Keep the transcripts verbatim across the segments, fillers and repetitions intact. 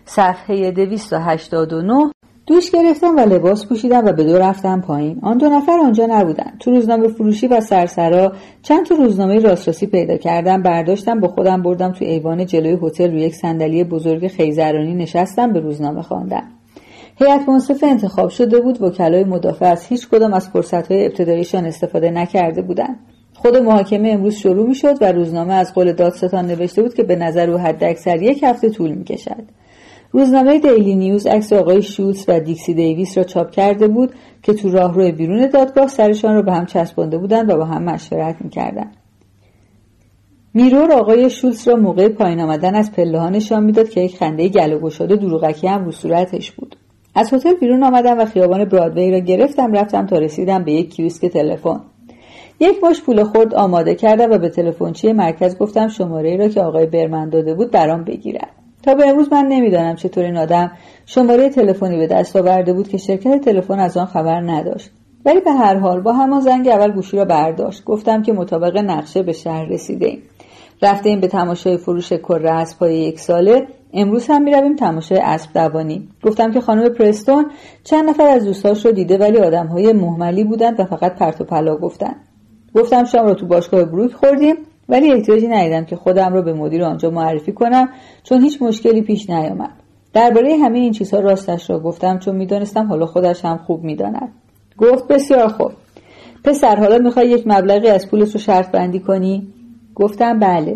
صفحه دویست و هشتاد و نه. دوش گرفتم و لباس پوشیدم و به دو رفتم پایین. آن دو نفر آنجا نبودند. تو روزنامه فروشی و سرسرا چند تا روزنامه راست پیدا کردم، برداشتم با خودم بردم تو ایوان جلوی هتل روی یک صندلی بزرگ خیزرانی نشستم به روزنامه خواندن. هیئت منصفه انتخاب شده بود. وکلای مدافع از هیچ کدام از فرصت‌های ابتداییشان استفاده نکرده بودند. خود محاکمه امروز شروع می‌شد و روزنامه از قول دادستان نوشته بود که به نظر او حداکثر یک هفته طول می‌کشد. روزنامه دیلی نیوز عکس آقای شولتز و دیکسی دیویس را چاپ کرده بود که تو راهرو بیرون دادگاه سرشان را به هم چسبانده بودند و با هم مشورت می‌کردند. میرور آقای شولتز را موقع پایین آمدن از پله‌ها نشان می‌داد که یک خنده گلو گشاده دروغکی هم رو صورتش بود. از هتل بیرون آمدم و خیابان برادوی را گرفتم، رفتم تا رسیدم به یک کیوسک تلفن. یک مش پول خرد آماده کردم و به تلفنچی مرکز گفتم شماره‌ای را که آقای برمن داده بود برام بگیرد. تا به امروز من نمیدانم چطور این آدم شماره تلفنی به دست آورده بود که شرکت تلفن از آن خبر نداشت. ولی به هر حال با همان زنگ اول گوشی را برداشت. گفتم که مطابق نقشه به شهر رسیدیم. رفتیم به تماشای فروش کره اسب‌های یک ساله. امروز هم میرویم تماشای اسب دوانی. گفتم که خانم پرستون چند نفر از دوستاش رو دیده ولی آدم‌های مهملی بودند و فقط پرت و پلا گفتن. گفتم شام رو تو باشگاه بروک خوردیم ولی احتیاجی ندیدم که خودم رو به مدیر آنجا معرفی کنم چون هیچ مشکلی پیش نیامد. درباره همه این چیزها راستش را گفتم چون میدانستم حالا خودش هم خوب میداند. گفت بسیار خوب. پسر حالا میخوای یک مبلغی از پولت رو شرط بندی کنی؟ گفتم بله.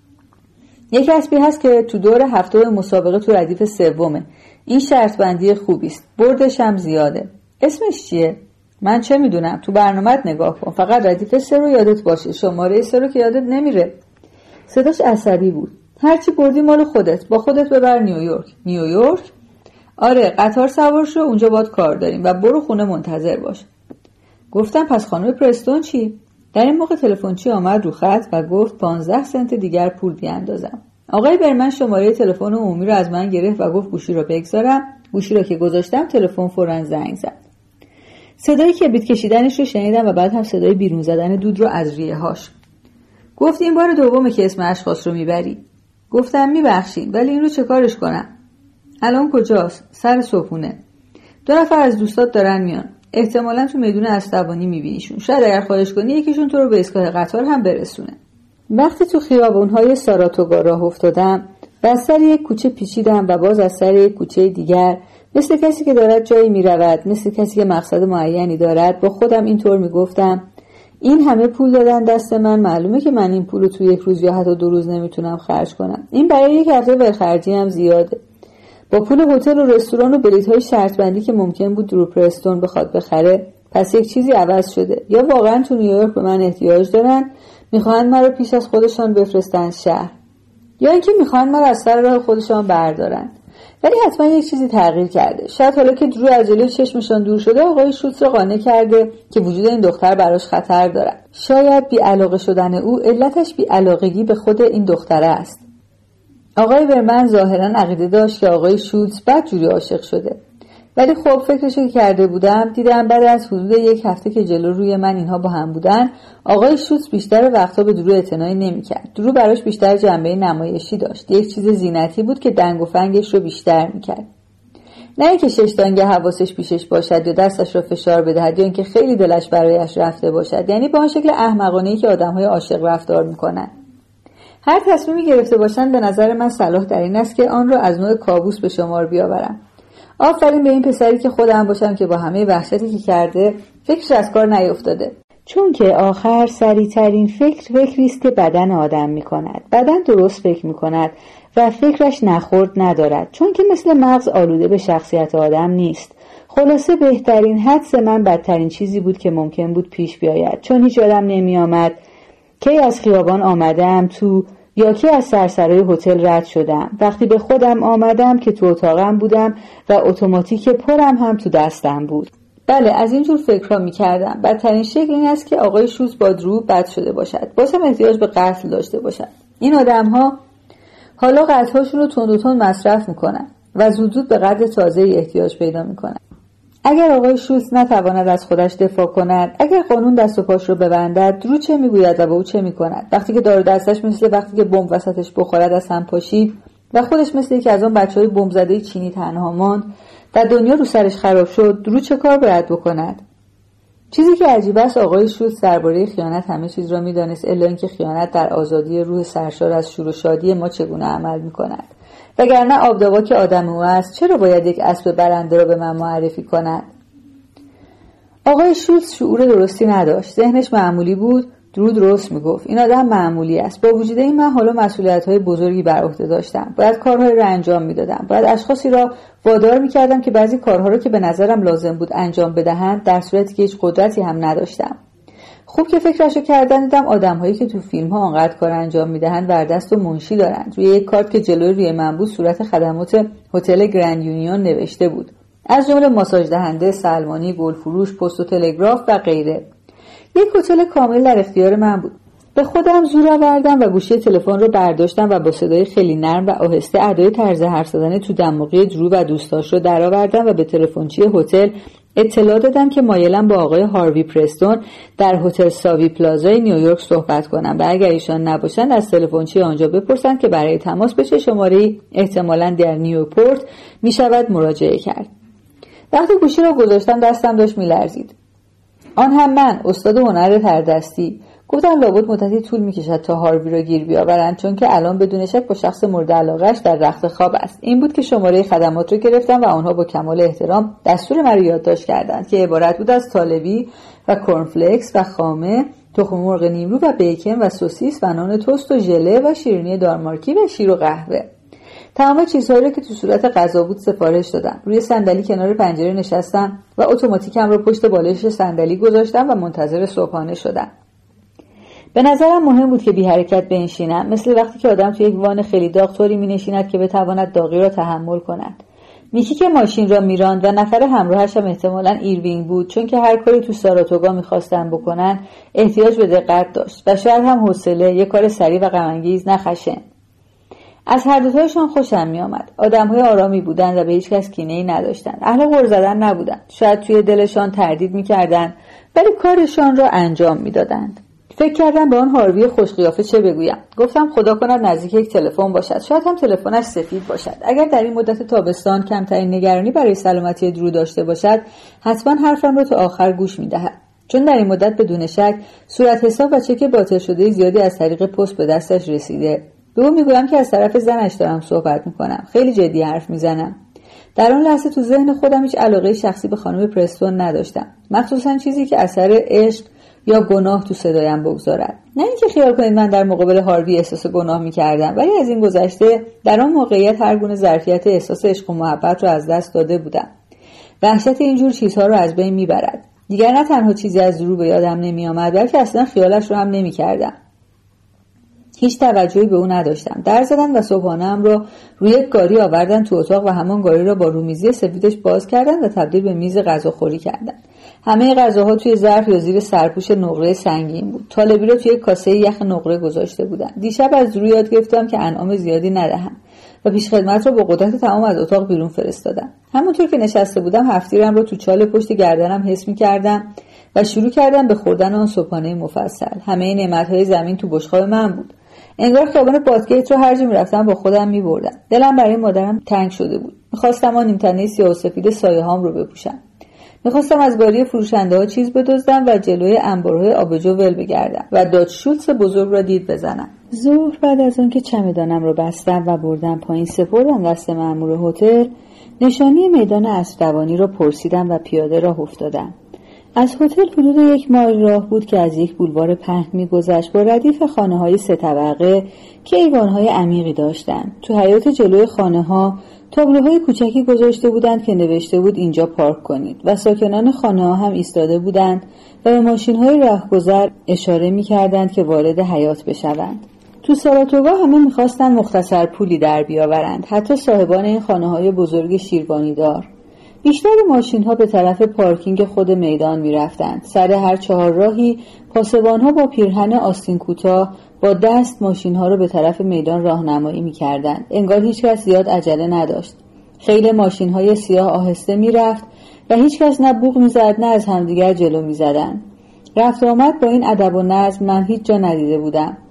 یک اسبی هست که تو دور هفته مسابقه تو ردیف سومه. این شرط بندی خوبی است. بردش هم زیاده. اسمش چیه؟ من چه میدونم، تو برنامه‌ت نگاه کن. فقط ردیف سه رو یادت باشه. شماره سه رو که یادت نمیره. صداش عصبی بود. هرچی بردی مال خودت. با خودت ببر نیویورک. نیویورک؟ آره، قطار سوار شو، اونجا باید کار داریم و برو خونه منتظر باش. گفتم پس خانم پرستون چی؟ در این موقع تلفنچی آمد رو خط و گفت پانزده سنت دیگر پول بیاندازم. آقای برمن شماره تلفن عمومی رو از من گرفت و گفت گوشی رو بگذارم. گوشی رو که گذاشتم تلفن فوراً زنگ زد. صدای کبریت کشیدنش رو شنیدم و بعد هم صدای بیرون زدن دود رو از ریه هاش. گفت این بار دومه که اسم اشخاص رو میبری. گفتم میبخشید ولی این رو چه کارش کنم؟ الان کجاست؟ سر صبحونه. دو نفر از دوستات دارن میان. احتمالاً تو میدون اسب‌دوانی میبینیشون. شاید اگر خواهش کنی یکیشون تو رو به ایستگاه قطار هم برسونه. وقتی تو خیابون‌های ساراتوگا راه افتادم، از سر یک کوچه پیچیدم و باز از سر یک کوچه دیگر، مثل کسی که دارد جایی میرود، مثل کسی که مقصد معینی دارد، با خودم اینطور میگفتم این همه پول دادن دست من، معلومه که من این پول رو توی یک روز یا حتی دو روز نمیتونم خرج کنم. این برای یک هفته ولخرجی هم زیاده. با پول هتل و رستوران و بلیط‌های شرط بندی که ممکن بود درو پرستون بخواد بخره، پس یک چیزی عوض شده. یا واقعا تو نیویورک به من احتیاج دارن، میخوان مرا پیش از خودشان بفرستن شهر، یا اینکه میخوان مرا از سر راه خودشان بردارن. ولی حتما یک چیزی تغییر کرده. شاید حالا که درو از جلوی چشمشان دور شده، آقای شولتز را قانع کرده که وجود این دختر براش خطر دارد. شاید بی‌علاقه شدن او علتش بی‌علاقگی به خود این دختره است. آقای برمن ظاهراً عقیده داشت که آقای شولتز بدجوری عاشق شده. ولی خب فکرشو که کرده بودم، دیدم بعد از حدود یک هفته که جلو روی من اینها با هم بودن، آقای شولتز بیشتر وقتا به درو اعتنایی نمی‌کرد. درو براش بیشتر جنبه نمایشی داشت. یک چیز زینتی بود که دنگ و فنگش رو بیشتر می‌کرد. نه اینکه شش تانگه حواسش پیشش باشد یا دستش رو فشار بدهد یا اینکه خیلی دلش برایش رفته باشد، یعنی با اون شکل احمقانه‌ای که آدم‌های عاشق رفتار می‌کنن. هر تصمیمی گرفته باشند به نظر من صلاح در این است که آن را از نوع کابوس به شمار بیاورم. آفرین به این پسری که خودم باشم که با همه وحشتی که کرده فکرش از کار نیفتاده. چون که آخر سریع‌ترین فکر فکری است که بدن آدم می‌کند. بدن درست فکر می‌کند و فکرش نخورد ندارد، چون که مثل مغز آلوده به شخصیت آدم نیست. خلاصه بهترین حدس من بدترین چیزی بود که ممکن بود پیش بیاید، چون هیچ یادم نمی‌آمد کی از خیابان آمدم تو یا که از سرسرای هتل رد شدم. وقتی به خودم آمدم که تو اتاقم بودم و اتوماتیک پرم هم تو دستم بود. بله، از اینجور فکرها می‌کردم. بدترین شکل این است که آقای شولتز با درو بد شده باشد، بازم احتیاج به قتل داشته باشد. این آدم‌ها حالا قتل‌هاشون رو تند و تند مصرف می‌کنن و زود زود به قتل تازه‌ای احتیاج پیدا می‌کنن. اگر آقای شولتز نتواند از خودش دفاع کند، اگر قانون دست و پاش رو ببندد، درو چه میگوید و با او چه میکند؟ وقتی که دار دستش مثل وقتی که بمب وسطش بخورد از هم پاشید، و خودش مثل یکی از اون بچهای بمب زده چینی تنها ماند و دنیا رو سرش خراب شد. درو چه کار باید بکند؟ چیزی که عجیب است آقای شولتز درباره خیانت همه چیز را می‌دانست، الا اینکه خیانت در آزادی روح سرشار از شور و شادی ما چگونه عمل می‌کند. وگرنه آبداوا که آدم او است، چرا باید یک اسب برنده را به من معرفی کند؟ آقای شولتز شعور درستی نداشت. ذهنش معمولی بود. درو درست میگفت. این آدم معمولی است. با وجود این من حالا مسئولیت‌های بزرگی بر عهده داشتم. باید کارهایی را انجام میدادم. باید اشخاصی را وادار میکردم که بعضی کارها را که به نظرم لازم بود انجام بدهند، در صورتی که هیچ قدرتی هم نداشتم. خوب که فکرشو کردن دیدم آدم‌هایی که تو فیلم‌ها آنقدر کار انجام میدهند وردست و منشی دارند. روی یک کارت که جلوی روی من بود صورت خدمات هتل گرند یونیون نوشته بود. از جمله ماساژ دهنده، سلمانی، گل فروش، پست و تلگراف و غیره. یک هتل کامل در اختیار من بود. به خودم زور آوردم و گوشی تلفن رو برداشتم و با صدای خیلی نرم و آهسته ادای طرز حرف زدن تو دماغی درو و دوستاش رو درآوردم و به تلفنچی هتل اطلاع دادم که مایلم با آقای هاروی پرستون در هتل ساوی پلازای نیویورک صحبت کنم و اگر ایشان نباشند از تلفنچی آنجا بپرسند که برای تماس به چه شماره‌ای احتمالاً در نیوپورت می شود مراجعه کرد. وقتی گوشی را گذاشتم دستم داشت می‌لرزید. آن هم من، استاد هنر تردستی. گفتم لابد مدتی طول می‌کشد تا هاروی را گیر بیاورند، چون که الان بدون شک با شخص مورد علاقه‌اش در رخت خواب است. این بود که شماره خدمات را گرفتم و آنها با کمال احترام دستور مرا یادداشت کردند که عبارت بود از طالبی و کورنفلکس و خامه، تخم مرغ نیمرو و بیکن و سوسیس و نان تست و ژله و شیرینی دانمارکی و شیر و قهوه. تمام چیزهایی رو که تو صورت غذا بود سفارش دادم. روی صندلی کنار پنجره نشستم و اتوماتیکم رو پشت بالش صندلی گذاشتم و منتظر صبحانه شدم. به نظرم مهم بود که بی حرکت بنشینم، مثل وقتی که آدم تو یک وان خیلی داغ طوری می نشیند که بتواند داغی را تحمل کند. میکی که ماشین را میراند و نفر همراهش هم احتمالاً ایروینگ بود، چون که هر کاری تو ساراتوگا میخواستن بکنن احتیاج به دقت داشت و شاید هم حوصله، یک کار سریع و غم‌انگیز، نه خشن. از هر دوتایشان خوشم می آمد. آدم‌های آرامی بودند و به هیچ کس کینه‌ای نداشتند. اهل غر زدن نبودند. شاید توی دلشان تردید می‌کردند، ولی کارشان را انجام می‌دادند. فکر کردم به آن هاروی خوشقیافه چه بگویم. گفتم خدا کند نزدیک یک تلفن باشد. شاید هم تلفنش سفید باشد. اگر در این مدت تابستان کمترین نگرانی برای سلامتی درو داشته باشد، حتما حرفم را تا آخر گوش می‌دهد. چون در این مدت بدون شک صورت حساب و چک باطل شده زیادی از طریق پست به دستش رسیده. به او میگویم که از طرف زنش دارم صحبت میکنم. خیلی جدی حرف میزنم. در آن لحظه تو ذهن خودم هیچ علاقه شخصی به خانم پرستون نداشتم. مخصوصا چیزی که اثر عشق یا گناه تو صدایم بگذارد. نه اینکه خیال کنید من در مقابل هاروی احساس گناه میکردم، ولی از این گذشته در آن موقعیت هر گونه ظرفیت احساس عشق و محبت رو از دست داده بودم. وحشت اینجور چیزها رو از بین میبرد. دیگر نه تنها چیزی از درو به یادم نمیآمد، بلکه اصلا خیالش رو هم نمیکردم. هیچ توجهی به او نداشتم. در زدن و صبحانه‌ام را روی یک گاری آوردن تو اتاق و همان گاری را با رومیزی سفیدش باز کردن و تبدیل به میز غذاخوری کردن. همه غذاها توی ظرف یا زیر سرپوش نقره سنگین بود. طالبی را توی کاسه یخ نقره گذاشته بودن. دیشب از درو یاد گرفتم که انعام زیادی ندهم و پیش خدمت را با قدرت تمام از اتاق بیرون فرستادم. همونطور که نشسته بودم هفتیرم را تو چال پشت گردنم حس می‌کردم و شروع کردم به خوردن آن صبحانه مفصل. همه نعمت‌های زمین تو بشقاب من بود. انگار خیابان بادگیت رو هر جا میرفتم با خودم میبردم. دلم برای مادرم تنگ شده بود. میخواستم آن نیمتنه سیاه و سفید سایه هام رو بپوشم. میخواستم از گاری فروشنده ها چیز بدزدم و جلوی انبارهای آبجو ول بگردم و داچ شولتز بزرگ را دید بزنم. ظهر بعد از آن که چمدانم رو بستم و بردم پایین سپردم دست مأمور هتل، نشانی میدان اسب‌دوانی را پرسیدم و پیاده راه افتادم. از هتل حدود یک مایل راه بود که از یک بولوار پهن می‌گذشت با ردیف خانه‌های سه طبقه که ایوان‌های عمیقی داشتند. تو حیاط جلوی خانه‌ها تابلوهای کوچکی گذاشته بودند که نوشته بود اینجا پارک کنید و ساکنان خانه‌ها هم ایستاده بودند و به ماشین‌های راهگذر اشاره می‌کردند که وارد حیاط بشوند. تو ساراتوگا همه می‌خواستند مختصر پولی در بیاورند، حتی صاحبان این خانه‌های بزرگ شیروانی‌دار. بیشتر ماشین‌ها به طرف پارکینگ خود میدان می‌رفتند. سر هر چهار راهی پاسبان‌ها با پیرهن آستین کوتاه با دست ماشین‌ها را به طرف میدان راهنمایی می‌کردند. انگار هیچ کس زیاد عجله نداشت. خیلی ماشین‌های سیاه آهسته می‌رفت و هیچ کس نه بوق می‌زد نه از همدیگر جلو می‌زدند. رفت آمد با این ادب و نظم من هیچ جا ندیده بودم.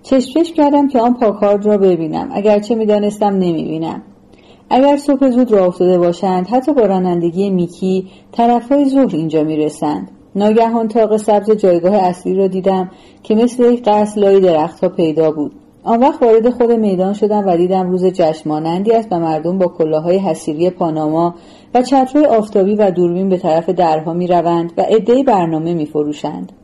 چشم چشم کردم که آن پاکارد را ببینم، اگرچه می‌دانستم نمی‌بینم. اگر صبح زود راه افتاده باشند، حتی با رانندگی میکی طرفای ظهر اینجا میرسند. ناگهان طاق سبز جایگاه اصلی را دیدم که مثل یک قصر لای درختها پیدا بود. آن وقت وارد خود میدان شدم و دیدم روز جشن مانندی است و مردم با کلاههای حصیری پاناما و چترهای آفتابی و دوربین به طرف درها میروند و عده‌ای برنامه میفروشند.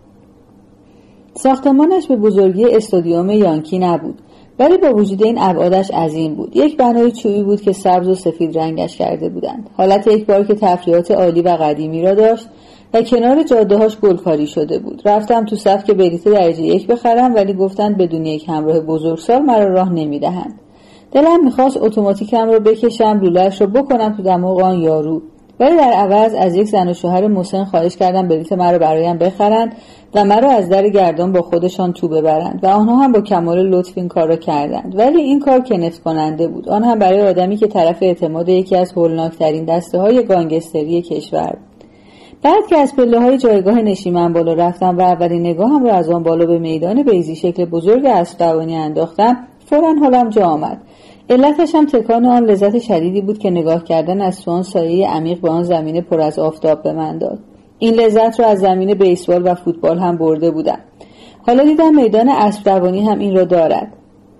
ساختمانش به بزرگی استادیوم یانکی نبود، ولی با وجود این ابعادش عظیم بود. یک بنای چوبی بود که سبز و سفید رنگش کرده بودند. حالت یک پارک تفریحات عالی و قدیمی را داشت و کنار جاده‌هاش گلکاری شده بود. رفتم تو صف که بلیط درجه یک بخرم، ولی گفتند بدون یک همراه بزرگسال مرا راه نمیدهند. دلم میخواست اتوماتیکم رو بکشم، لوله‌اش رو بکنم تو دماغ آن یارو، ولی در عوض از یک زن و شوهر مسن خواهش کردم بلیط مرا برایم بخرند و مرا از در گردان با خودشان تو ببرند و آنها هم با کمال لطف این کار را کردند. ولی این کار کنفت کننده بود، آن هم برای آدمی که طرف اعتماد یکی از هولناکترین دسته‌های گانگستری کشور. بعد که از پله‌های جایگاه نشیمن بالا رفتم و اولین نگاهم را از آن بالا به میدان بیضی شکل بزرگ اسب‌دوانی انداختم، فوراً حالم جا آمد. علتش هم تکان آن لذت شدیدی بود که نگاه کردن از تو آن سایه عمیق به آن زمین پر از آفتاب به من داد. این لذت را از زمین بیسبال و فوتبال هم برده بودم. حالا دیدم میدان اسب‌دوانی هم این را دارد.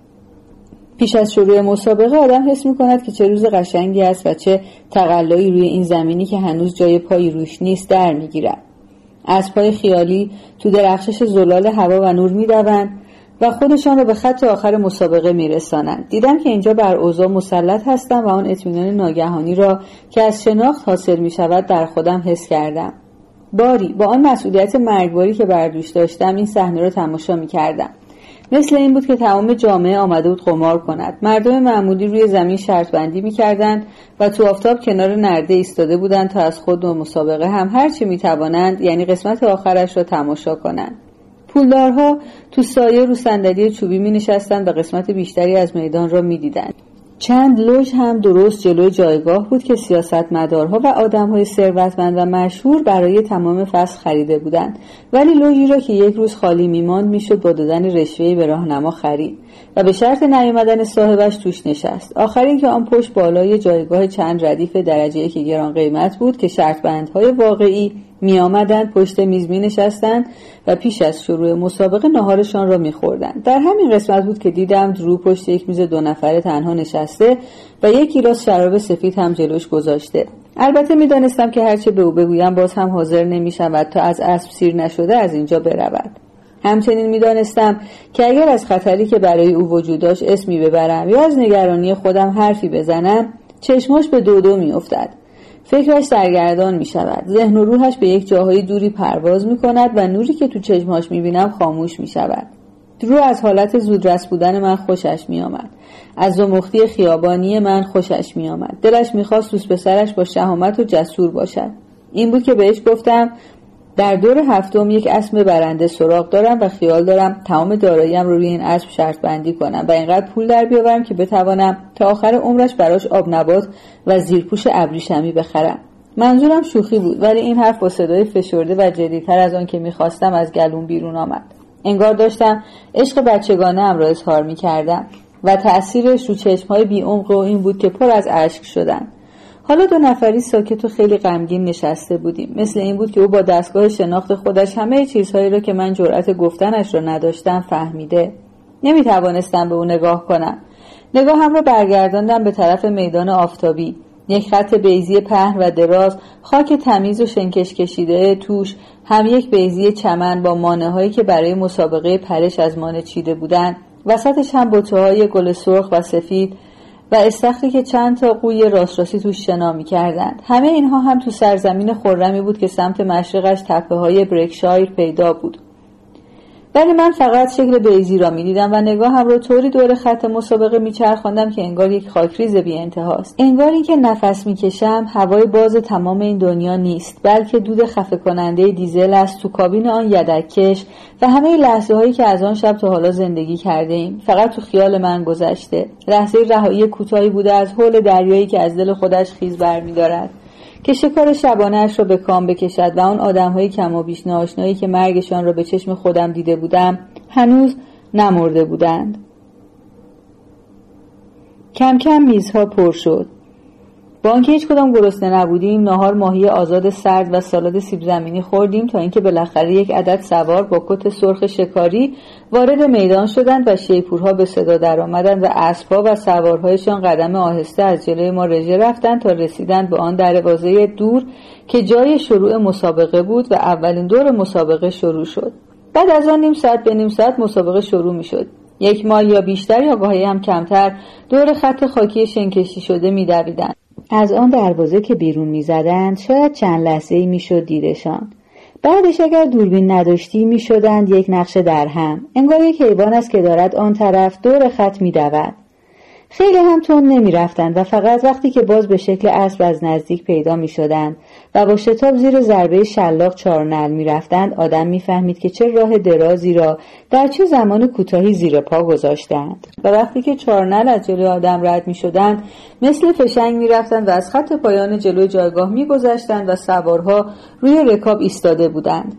پیش از شروع مسابقه آدم حس می‌کند که چه روز قشنگی است و چه تقلایی روی این زمینی که هنوز جای پای روش نیست در می‌گیرد. اسب‌های خیالی تو درخشش زلال هوا و نور می‌دوند و خودشان را به خط آخر مسابقه می‌رسانند. دیدم که اینجا بر اوضاع مسلط هستم و آن اطمینان ناگهانی را که از شناخت حاصل می‌شود در خودم حس کردم. باری با آن مسئولیت مرگباری که بر دوش داشتم این صحنه را تماشا می‌کردم. مثل این بود که تمام جامعه آمده بود قمار کند. مردم معمولی روی زمین شرط بندی می‌کردند و تو آفتاب کنار نرده ایستاده بودند تا از خود و مسابقه هم هر چی می‌توانند، یعنی قسمت آخرش را تماشا کنند. پولدارها تو سایه رو صندلی چوبی می‌نشستند و قسمت بیشتری از میدان را می‌دیدند. چند لوژ هم درست جلوی جایگاه بود که سیاستمدارها و آدم‌های ثروتمند و مشهور برای تمام فصل خریده بودند، ولی لوژی را که یک روز خالی می‌ماند میشد با دادن رشوه‌ای به راهنما خرید و به شرط نیامدن صاحبش توش نشست. آخر این که آن پشت بالای جایگاه چند ردیف درجه‌ای که گران قیمت بود که شرط بندهای واقعی می آمدند پشت میز می نشستند و پیش از شروع مسابقه ناهارشان را می خوردند. در همین قسمت بود که دیدم درو پشت یک میز دو نفره تنها نشسته و یک گیلاس شراب سفید هم جلوش گذاشته. البته می دانستم که هرچه به او بگویم باز هم حاضر نمی شود تا از اسب سیر نشده از اینجا برود. همچنین می دانستم که اگر از خطری که برای او وجود داشت اسمی ببرم یا از نگرانی خودم حرفی بزنم، چشماش به دو دو می افتد. فکرش سرگردان می شود. ذهن و روحش به یک جاهای دوری پرواز می کند و نوری که تو چشماش می بینم خاموش می شود. درو از حالت زودرس بودن من خوشش می آمد. از زمختی خیابانی من خوشش می آمد. دلش می خواست دوست پسرش با شهامت و جسور باشد. این بود که بهش گفتم در دور هفتم یک اسب برنده سراغ دارم و خیال دارم تمام داراییم رو روی این اسب شرط بندی کنم و اینقدر پول در بیاورم که بتوانم تا آخر عمرش براش آب نبات و زیرپوش ابریشمی بخرم. منظورم شوخی بود، ولی این حرف با صدای فشرده و جدی‌تر از آن که می‌خواستم از گلوم بیرون آمد. انگار داشتم عشق بچگانه ام را اظهار می‌کردم و تأثیرش رو چشم‌های بی‌عمق این بود که پر از اشک شدن. حالا دو نفری ساکت و خیلی غمگین نشسته بودیم. مثل این بود که او با دستگاه شناخت خودش همه چیزهایی را که من جرأت گفتنش را نداشتم فهمیده. نمیتوانستم به او نگاه کنم. نگاهم را برگرداندم به طرف میدان آفتابی. یک خط بیضی پهن و دراز، خاک تمیز و شنکش کشیده توش، هم یک بیضی چمن با مانه‌هایی که برای مسابقه پرش از مانه چیده بودند، وسطش هم بوته‌های گل سرخ و سفید و استخری که چند تا قوی راست راستی توش شنا می‌کردند. همه اینها هم تو سرزمین خرمی بود که سمت مشرقش تپه‌های برکشایر پیدا بود. ولی من فقط شکل بیضی را می‌دیدم و نگاهم رو طوری دور خط مسابقه می‌چرخاندم که انگار یک خاکریز بی انتهاست. انگار اینکه نفس می‌کشم هوای باز تمام این دنیا نیست، بلکه دود خفه کننده دیزل است تو کابین آن یدک‌کش و همه لحظه‌هایی که از آن شب تا حالا زندگی کرده‌ایم فقط تو خیال من گذشته. لحظه رهایی کوتاهی بوده از حول دریایی که از دل خودش خیز برمی‌دارد، که شکار شبانه‌اش را به کام بکشد و آن آدم‌های کم و بیش ناآشنایی که مرگشان را به چشم خودم دیده بودم هنوز نمرده بودند. کم کم میزها پر شد. با آنکه هیچ کدام گرسنه نبودیم، ناهار ماهی آزاد سرد و سالاد سیب زمینی خوردیم تا اینکه بالاخره یک عدد سوار با کت سرخ شکاری وارد میدان شدند و شیپورها به صدا درآمدند و اسب‌ها و سوارهایشان قدم آهسته از جلوی ما رژه رفتند تا رسیدند به آن دروازه دور که جای شروع مسابقه بود و اولین دور مسابقه شروع شد. بعد از آن نیم ساعت به نیم ساعت مسابقه شروع می‌شد. یک مایل یا بیشتر یا گاهی هم کمتر دور خط خاکی شنکشی شده می‌دویدند. از آن دروازه که بیرون می‌زدند شاید چند لحظه‌ای می‌شد دیدشان. بعدش اگر دوربین نداشتی می‌شدند یک نقش درهم، انگار یک حیوان است که دارد آن طرف دور خط می‌دود. خیلی هم تند نمی‌رفتند و فقط وقتی که باز به شکل اسب از نزدیک پیدا می‌شدند و با شتاب زیر ضربه شلاق چارنل می‌رفتند، آدم می‌فهمید که چه راه درازی را در چه زمان کوتاهی زیر پا گذاشتند. و وقتی که چارنل از جلوی آدم رد می‌شدند، مثل فشنگ می‌رفتند و از خط پایان جلوی جایگاه می‌گذشتند و سوارها روی رکاب ایستاده بودند.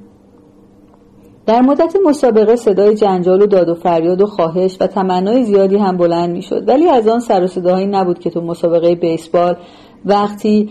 در مدت مسابقه صدای جنجال و داد و فریاد و خواهش و تمنای زیادی هم بلند می شد، ولی از آن سر و صداهایی نبود که تو مسابقه بیسبال وقتی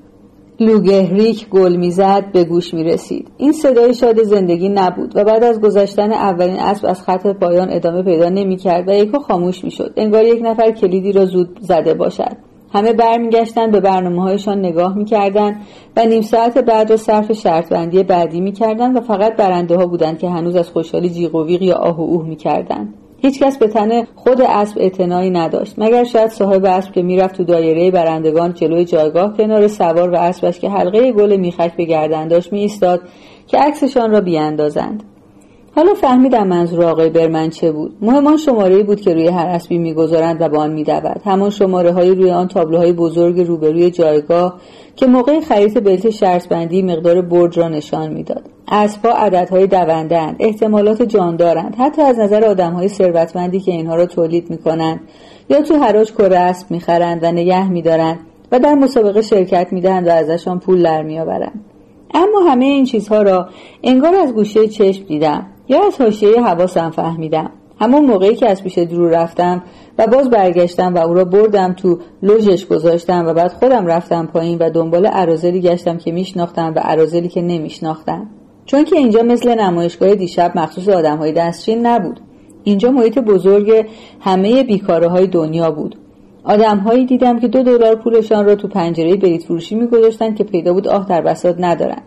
لو گهریک گل می زد به گوش می رسید. این صدای شاد زندگی نبود و بعد از گذشتن اولین اسب از خط پایان ادامه پیدا نمی کرد و یکو خاموش می شد، انگار یک نفر کلیدی را زود زده باشد. همه برمیگشتن به برنامه‌هایشان نگاه می‌کردند و نیم ساعت بعد را صرف شرط بندی بعدی می‌کردند و فقط برنده‌ها بودند که هنوز از خوشحالی جیغ و ویغ یا آه و اوه می‌کردند. هیچ کس به تن خود اسب اعتنایی نداشت، مگر شاید صاحب اسب که میرفت تو دایره برندگان جلوی جایگاه کنار سوار و اسبش که حلقه گل میخک به گردن داشت می‌ایستاد که عکسشان را بیاندازند. حالا فهمیدم منظور آقای برمن چه بود. مهم آن شماره‌ای بود که روی هر اسبی می‌گذارند و با آن می‌دود. همان شماره‌های روی آن تابلوهای بزرگ روبروی جایگاه که موقع خرید بلیت شرط بندی مقدار برج را نشان می‌داد. اسب‌ها عددهای دونده‌اند، احتمالات جاندارند، حتی از نظر آدم‌های ثروتمندی که اینها را تولید می‌کنند یا تو حراج کره اسب می‌خرند و نگه می‌دارند و در مسابقه شرکت می‌دهند و ازشان پول در می‌آورند. اما همه این چیزها را انگار از گوشه چشم دیدم یا از حاشیه حواسم فهمیدم. همون موقعی که از پیش درو رفتم و باز برگشتم و او را بردم تو لوژش گذاشتم و بعد خودم رفتم پایین و دنبال اراذلی گشتم که میشناختم و اراذلی که نمیشناختم. چون که اینجا مثل نمایشگاه دیشب مخصوص آدم‌های دستچین نبود. اینجا محیط بزرگ همه بیکاره‌های دنیا بود. آدم‌هایی دیدم که دو دلار پولشان را تو پنجره بلیط فروشی می‌گذاشتن که پیدا بود آه در بساط ندارن.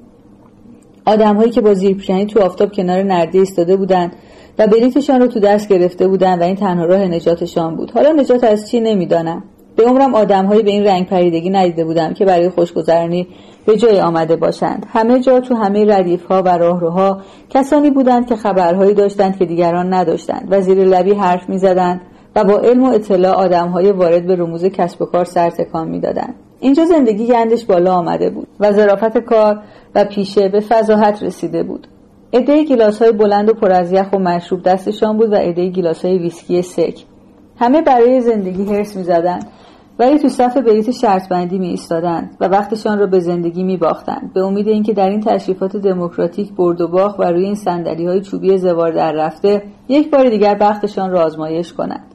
آدم‌هایی که با زیرپوشنی تو آفتاب کنار نرده ایستاده بودند و بلیطشان رو تو دست گرفته بودند و این تنها راه نجاتشان بود. حالا نجات از چی نمیدانم. به عمرم آدم‌هایی به این رنگ پریدگی ندیده بودم که برای خوشگذرانی به جای آمده باشند. همه جا تو همه ردیف‌ها و راهروها کسانی بودند که خبرهایی داشتند که دیگران نداشتند و زیر لبی حرف می‌زدند و با علم و اطلاع آدم‌های وارد به رموز کسب و کار سر تکان می‌دادند. اینجا زندگی گندش بالا آمده بود و ظرافت کار و پیشه به فضاحت رسیده بود. عده‌ای گیلاس‌های بلند و پر از یخ و مشروب دستشان بود و عده‌ای گیلاس‌های ویسکی سک. همه برای زندگی حرص می‌زدند ولی تو صف بلیط شرط بندی می‌ایستادند و وقتشان را به زندگی می‌باختند به امید اینکه در این تشریفات دموکراتیک برد و باخت و روی این صندلی‌های چوبی زوار در رفته یک بار دیگر بختشان را آزمایش کنند.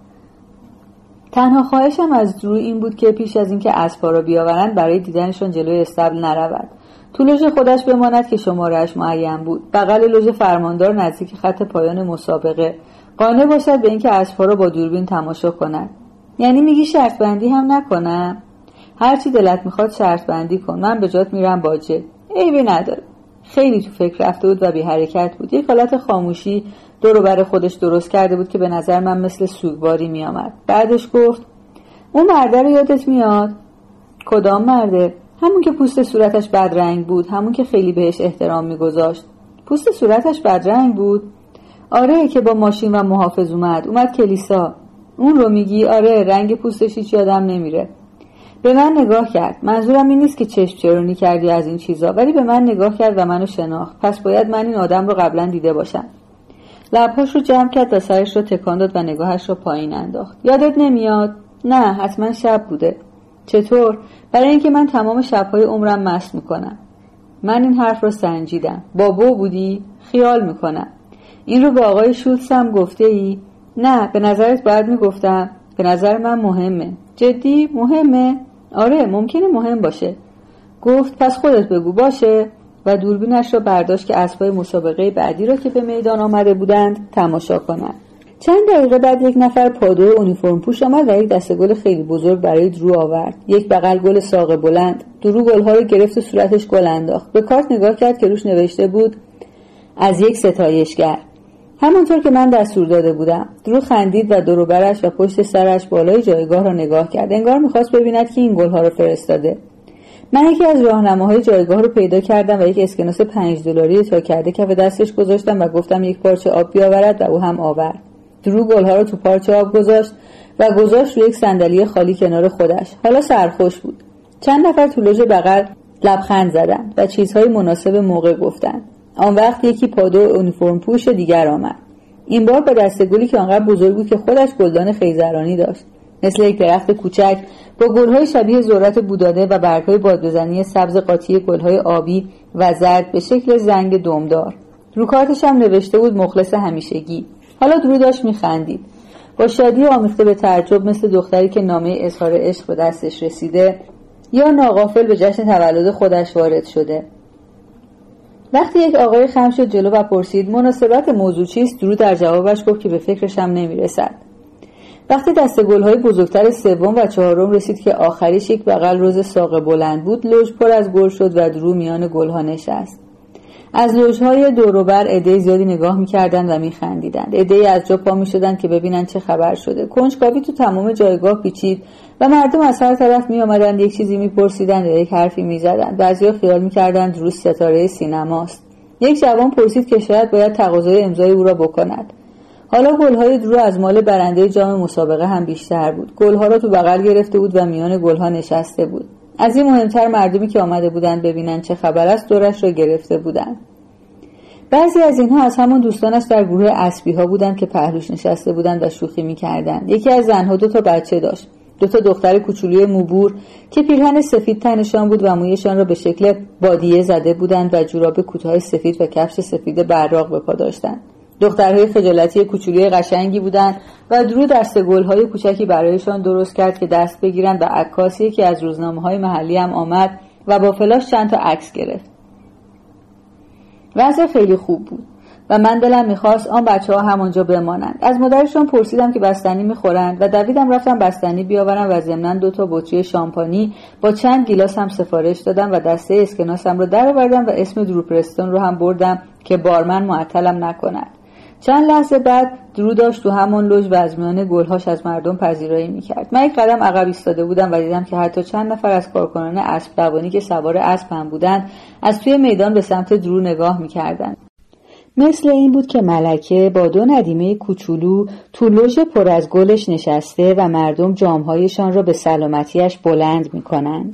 تنها خواهشم از درو این بود که پیش از اینکه اسب‌ها را بیاورند برای دیدنشان جلوی استبل نرود. تو لوژ خودش بماند که شماره‌اش معین بود. بغل لوژ فرماندار نزدیک خط پایان مسابقه قانع باشد به اینکه اسب‌ها را با دوربین تماشا کند. یعنی میگی شرط بندی هم نکنم؟ هر چی دلت میخواد شرط بندی کن، من به جات میرم باجه. عیبی نداره. خیلی تو فکر رفته بود و بی حرکت بود. یک حالت خاموشی دور و بر خودش درست کرده بود که به نظر من مثل سوگواری می آمد. بعدش گفت اون مرده رو یادت میاد؟ کدام مرده؟ همون که پوست صورتش بدرنگ بود، همون که خیلی بهش احترام میگذاشت. پوست صورتش بدرنگ بود؟ آره، که با ماشین و محافظ اومد اومد کلیسا. اون رو میگی؟ آره، رنگ پوستش هیچ یادم نمیره. به من نگاه کرد. منظورم این نیست که چشم چرونی کردی از این چیزا، ولی به من نگاه کرد و منو شناخت. پس باید من این آدم رو قبلا دیده باشم. لبهاش رو جمع کرد و سرش رو تکان داد و نگاهش رو پایین انداخت. یادت نمیاد؟ نه، حتما شب بوده. چطور؟ برای اینکه من تمام شب‌های عمرم مست میکنم. من این حرف رو سنجیدم. بابا بودی؟ خیال میکنم. این رو به آقای شولتز هم گفته ای؟ نه، به نظرت باید میگفتم. به نظر من مهمه. جدی مهمه؟ آره ممکنه مهم باشه. گفت پس خودت بگو. باشه. و دوربینش را برداشت که اسبای مسابقه بعدی را که به میدان آمده بودند تماشا کنند. چند دقیقه بعد یک نفر پادو اونیفرم پوش آمد و یک دسته گل خیلی بزرگ برای درو آورد. یک بغل گل ساق بلند. درو گل‌ها رو گرفت و صورتش گل انداخت. به کارت نگاه کرد که روش نوشته بود از یک ستایشگر. همانطور که من دستور داده بودم. درو خندید و دور و برش و پشت سرش بالای جایگاه را نگاه کرد. انگار می‌خواست ببیند که این گل‌ها را فرستاده. من یکی از راهنماهای جایگاه رو پیدا کردم و یک اسکناس پنج دلاری تا کرده کف دستش گذاشتم و گفتم یک پارچه آب بیاورد و او هم آورد. درو گل‌ها رو تو پارچه آب گذاشت و گذاشت روی یک صندلی خالی کنار خودش. حالا سرخوش بود. چند نفر تو لوژ بغل لبخند زدند و چیزهای مناسب موقع گفتند. آن وقت یکی پادو اونیفرم پوش دیگر آمد. این بار با دسته گلی که آنقدر بزرگ بود که خودش گلدان خیزرانی داشت. مثل یک درخت کوچک با گل‌های شبیه ذرت بوداده و برگ‌های بادبزنی سبز قاطی گل‌های آبی و زرد به شکل زنگ دمدار. رو کارتش هم نوشته بود مخلص همیشگی. حالا درو داشت می‌خندید. با شادی آمیخته به تعجب مثل دختری که نامه اظهار عشق به دستش رسیده یا ناغافل به جشن تولد خودش وارد شده. وقتی یک آقای خم شد جلو و پرسید مناسبت موضوع چیست، درو در جوابش گفت که به فکرش هم نمی‌رسد. وقتی دسته گل‌های بزرگتر سوم و چهارم رسید که آخریش یک بغل رز ساق بلند بود، لوژ پر از گل شد و درو میان گل‌ها نشست. از لوژهای دور و بر عده زیادی نگاه می‌کردند و می‌خندیدند. عده‌ای از جا پا می‌شدند که ببینند چه خبر شده. کنجکاوی تو تمام جایگاه پیچید و مردم از هر طرف می‌آمدند، یک چیزی می‌پرسیدند و یک حرفی می‌زدند. بعضی‌ها خیال می‌کردند درو ستاره سینماست. یک جوان پرسید که شاید باید تقاضای امضای او را بکند. حالا گل‌های درو از مال برنده جام مسابقه هم بیشتر بود. گل‌ها را تو بغل گرفته بود و میان گل‌ها نشسته بود. از این مهمتر مردمی که آمده بودند ببینند چه خبر است دورش را گرفته بودند. بعضی از اینها از همان دوستانش در گروه اسبی‌ها بودند که پهلوش نشسته بودند و شوخی می‌کردند. یکی از زنها دو تا بچه داشت. دو تا دختر کوچولوی موبور که پیرهن سفید تنشان بود و مویشان را به شکل بادیه زده بودند و جوراب کوتاه سفید و کفش سفید براق به پا داشتند. دخترهای خجالتی کوچولوی قشنگی بودند و درو دسته گل‌های کوچکی برایشان درست کرد که دست بگیرند و عکاسی که از روزنامه‌های محلی هم آمد و با فلاش چند تا عکس گرفت. وضع خیلی خوب بود و من دلم می‌خواست آن بچه‌ها همونجا بمانند. از مادرشون پرسیدم که بستنی می‌خورند و دویدم رفتم بستنی بیاورم و ضمناً دو تا بطری شامپانی با چند گیلاس هم سفارش دادم و دسته اسکناسم رو درآوردم و اسم درو پرستون رو هم بردم که بارمن معطلم نکند. چند لحظه بعد درو داشت تو همون لوژ و از میان گل‌هاش از مردم پذیرایی می‌کرد. من یک قدم عقب ایستاده بودم و دیدم که حتی چند نفر از کارکنان اسب دوانی که سوار اسب هم بودند از توی میدان به سمت درو نگاه می‌کردند. مثل این بود که ملکه با دو ندیمه کوچولو تو لوژ پر از گلش نشسته و مردم جام‌هایشان را به سلامتیش بلند می‌کنند.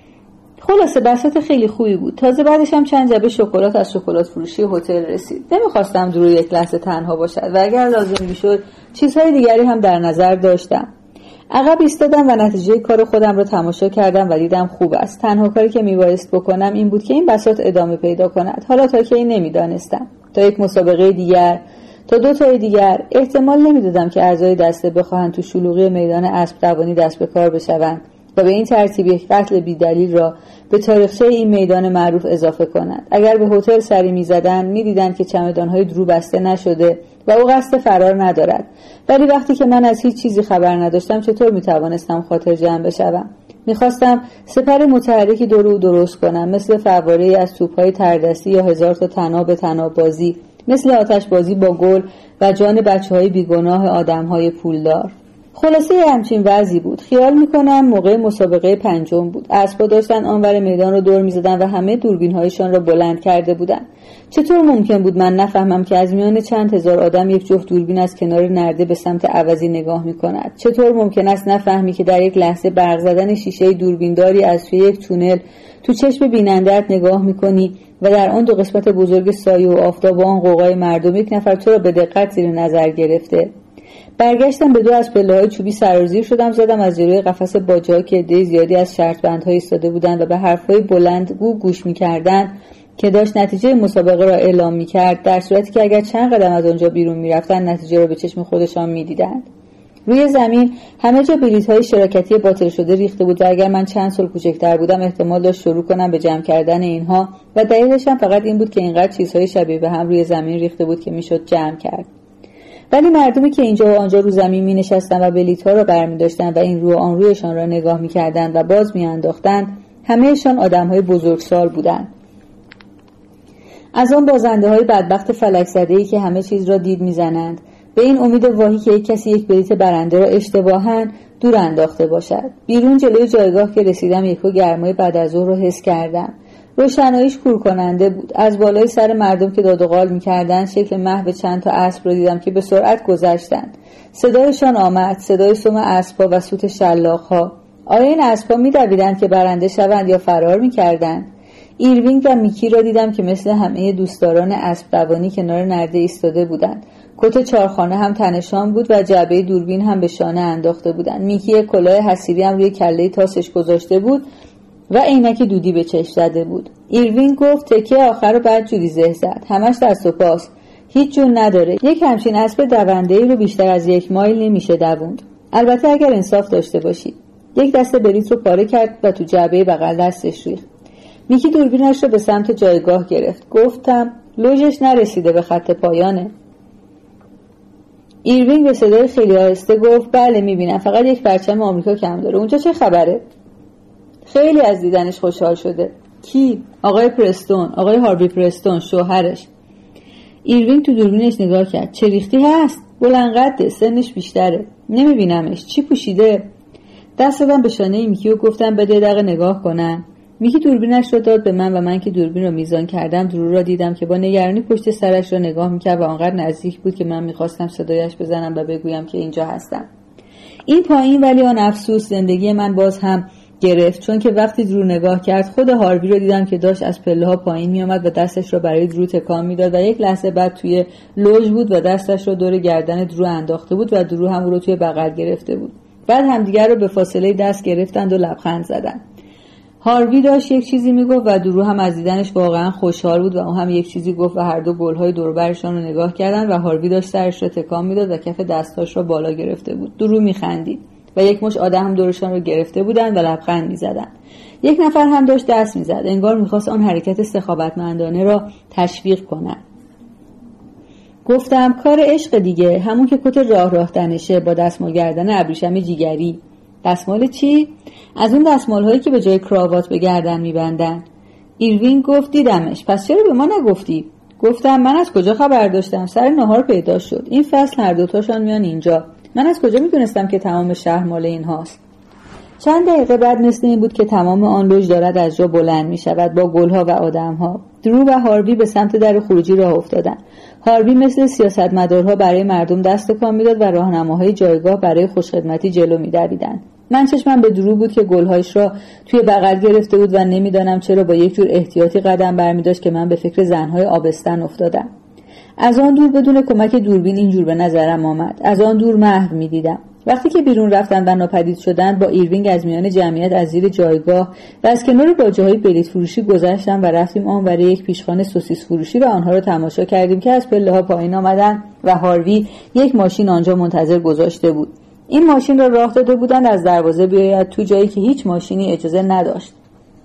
خلاصه بساط خیلی خوبی بود. تازه بعدش هم چند جعبه شکلات از شکلات فروشی هتل رسید. نمیخواستم درو یک لحظه تنها باشد و اگر لازم میشد چیزهای دیگری هم در نظر داشتم. عقب ایستادم و نتیجه کار خودم رو تماشا کردم و دیدم خوب است. تنها کاری که میبایست بکنم این بود که این بساط ادامه پیدا کند. حالا تا کی نمیدانستم. تا یک مسابقه دیگر، تا دو تای دیگر. احتمال نمیدادم که اعضای دسته بخواهند تو شلوغی میدان اسب دوانی دست به کار بشوند و به این ترتیب یک قتل بی‌دلیل را به تاریخچه این میدان معروف اضافه کنند. اگر به هتل سری می‌زدند می‌دیدند که چمدان‌های درو بسته نشده و او قصد فرار ندارد. ولی وقتی که من از هیچ چیزی خبر نداشتم چطور می‌توانستم خاطر جمع بشوم؟ می‌خواستم سپر متحرکی دور او درست کنم، مثل فواره‌ای از توپ‌های تردستی یا هزار تا طناب طناب بازی، مثل آتش بازی با گل و جان بچه‌های بیگناه آدم‌های پولدار. خلاصه همچین وضعی بود. خیال میکنم موقع مسابقه پنجم بود. اسبا داشتن آنور میدان رو دور میزدن و همه دوربین‌هایشان را بلند کرده بودند. چطور ممکن بود من نفهمم که از میان چند هزار آدم یک جفت دوربین از کنار نرده به سمت عوضی نگاه میکند؟ چطور ممکن است نفهمی که در یک لحظه برق زدن شیشه دوربینداری از توی یک تونل تو چشم بیننده‌ات نگاه میکنی و در آن دو قسمت بزرگ سایه و آفتاب و آن قوقای مردم یک نفر تو را به دقت زیر نظر گرفته؟ برگشتم به دو از پله‌های چوبی سرازیر شدم، زدم از جلوی قفس باجه‌ها که عده زیادی از شرط بندها ایستاده بودند و به حرف‌های بلند گو گوش می‌کردند که داشت نتیجه مسابقه را اعلام می‌کرد، در صورتی که اگر چند قدم از آنجا بیرون می‌رفتند نتیجه را به چشم خودشان می‌دیدند. روی زمین همه جا بلیط‌های شراکتی باطل شده ریخته بود و اگر من چند سال کوچکتر بودم احتمال داشت شروع کنم به جمع کردن اینها و دلیلش هم فقط این بود که اینقدر چیزهای شبیه به هم روی زمین ریخته بود که میشد جمع کرد. ولی مردمی که اینجا و آنجا رو زمین می‌نشستند و بلیط‌ها را برمی‌داشتند و این رو آن رویشان را نگاه می‌کردند و باز می‌انداختند، همه‌شان آدم‌های بزرگسال بودند. از آن بازنده‌های بدبخت فلک زده‌ای که همه چیز را دید می‌زنند، به این امید واهی که یک کسی یک بلیط برنده را اشتباهاً دور انداخته باشد. بیرون جلوی جایگاه که رسیدم یکو گرمای بعد از ظهر را حس کردم. روشناییش کور کننده بود. از بالای سر مردم که داد و قال می‌کردند شکل محو چند تا اسب را دیدم که به سرعت گذشتند. صدایشان آمد، صدای سم اسب‌ها و سوت شلاق‌ها. آیا این اسب‌ها می‌دویدند که برنده شوند یا فرار می‌کردند؟ ایروینگ و میکی را دیدم که مثل همه دوستداران اسب دوانی کنار نرده ایستاده بودند. کت چارخانه هم تنشان بود و جعبه دوربین هم به شانه انداخته بودند. میکی کلاه حصیری هم روی کله تاسش گذاشته بود و عینک دودی به چشم زده بود. ایروینگ گفت تکه آخر رو بعد جوری زه زد. همش دست و پاست. هیچ جون نداره. یک همچین اسب دونده‌ای رو بیشتر از یک مایل نمیشه دووند. البته اگر انصاف داشته باشید. یک دست بلیط رو پاره کرد و تو جعبه بغل دستش ریخت. میکی دوربینش رو به سمت جایگاه گرفت. گفتم لوژش نرسیده به خط پایانه. ایروینگ به صدای خیلی آهسته گفت بله میبینم، فقط یک پرچم آمریکا کم داره. اونجا چه خبره؟ خیلی از دیدنش خوشحال شده. کی؟ آقای پرستون، آقای هاروی پرستون، شوهرش. ایروینگ تو دوربینش نگاه کرد. چه ریختی هست؟ بلند قده، سنش بیشتره. نمیبینمش. چی پوشیده؟ دست دادم به شانه میکی و گفتم بده دقیقه نگاه کنم. میکی دوربینش رو داد به من و من که دوربین رو میزان کردم درو را دیدم که با نگرانی پشت سرش رو نگاه میکرد و آنقدر نزدیک بود که من میخواستم صدایش بزنم و بگویم که اینجا هستم. این پایین ولی آن افسوس زندگی من باز هم گرفت، چون که وقتی درو نگاه کرد خود هاروی رو دیدم که داشت از پله ها پایین میآمد و دستش رو برای درو تکان میداد و یک لحظه بعد توی لوژ بود و دستش رو دور گردن درو انداخته بود و درو هم او رو توی بغل گرفته بود. بعد همدیگر رو به فاصله دست گرفتند و لبخند زدند. هاروی داشت یک چیزی میگفت و درو هم از دیدنش واقعا خوشحال بود و اون هم یک چیزی گفت و هر دو گلهای دور و برشان رو نگاه کردن و هاروی داشت سرش رو تکان میداد و کف دستاش رو بالا گرفته بود. درو میخندید و یک مش آدم هم دورشان رو گرفته بودن و لبخند میزدن. یک نفر هم داشت دست میزد، انگار میخواست آن حرکت سخاوتمندانه را تشویق کنه. گفتم کار عشق دیگه، همون که کت راه راه تنشه با دستمال گردن ابریشم جیگری. دستمال چی؟ از اون دستمال هایی که به جای کراوات به گردن میبندن. ایروینگ گفت دیدمش. پس چرا به ما نگفتی؟ گفتم من از کجا خبر داشتم؟ سر نهار پیدا شد. این فصل هر دوتاشان میان اینجا. من از کجا میدونستم که تمام شهر مال این هاست؟ چند دقیقه بعد مثل این بود که تمام آن لوژ دارد از جا بلند می شود با گلها و آدمها. درو و هاروی به سمت در خروجی راه افتادند. هاروی مثل سیاستمدارها برای مردم دست تکان میداد و راهنماهای جایگاه برای خوشخدمتی جلو می‌دویدند. من چشمم به درو بود که گلهایش را توی بغل گرفته بود و نمیدانم چرا با یک جور احتیاطی قدم برمی‌داشت که من به فکر زنهای آبستن افتادم. از آن دور بدون کمک دوربین اینجور به نظرم آمد. از آن دور محو می‌دیدم. وقتی که بیرون رفتن و ناپدید شدن با ایروینگ از میان جمعیت از زیر جایگاه و از کنار باجه‌های بلیط فروشی گذشتم و رفتیم آنور یک پیشخوان سوسیس فروشی و آنها را تماشا کردیم که از پله‌ها پایین آمدن و هاروی یک ماشین آنجا منتظر گذاشته بود. این ماشین را راه داده بودند از دروازه بیاید تو جایی که هیچ ماشینی اجازه نداشت.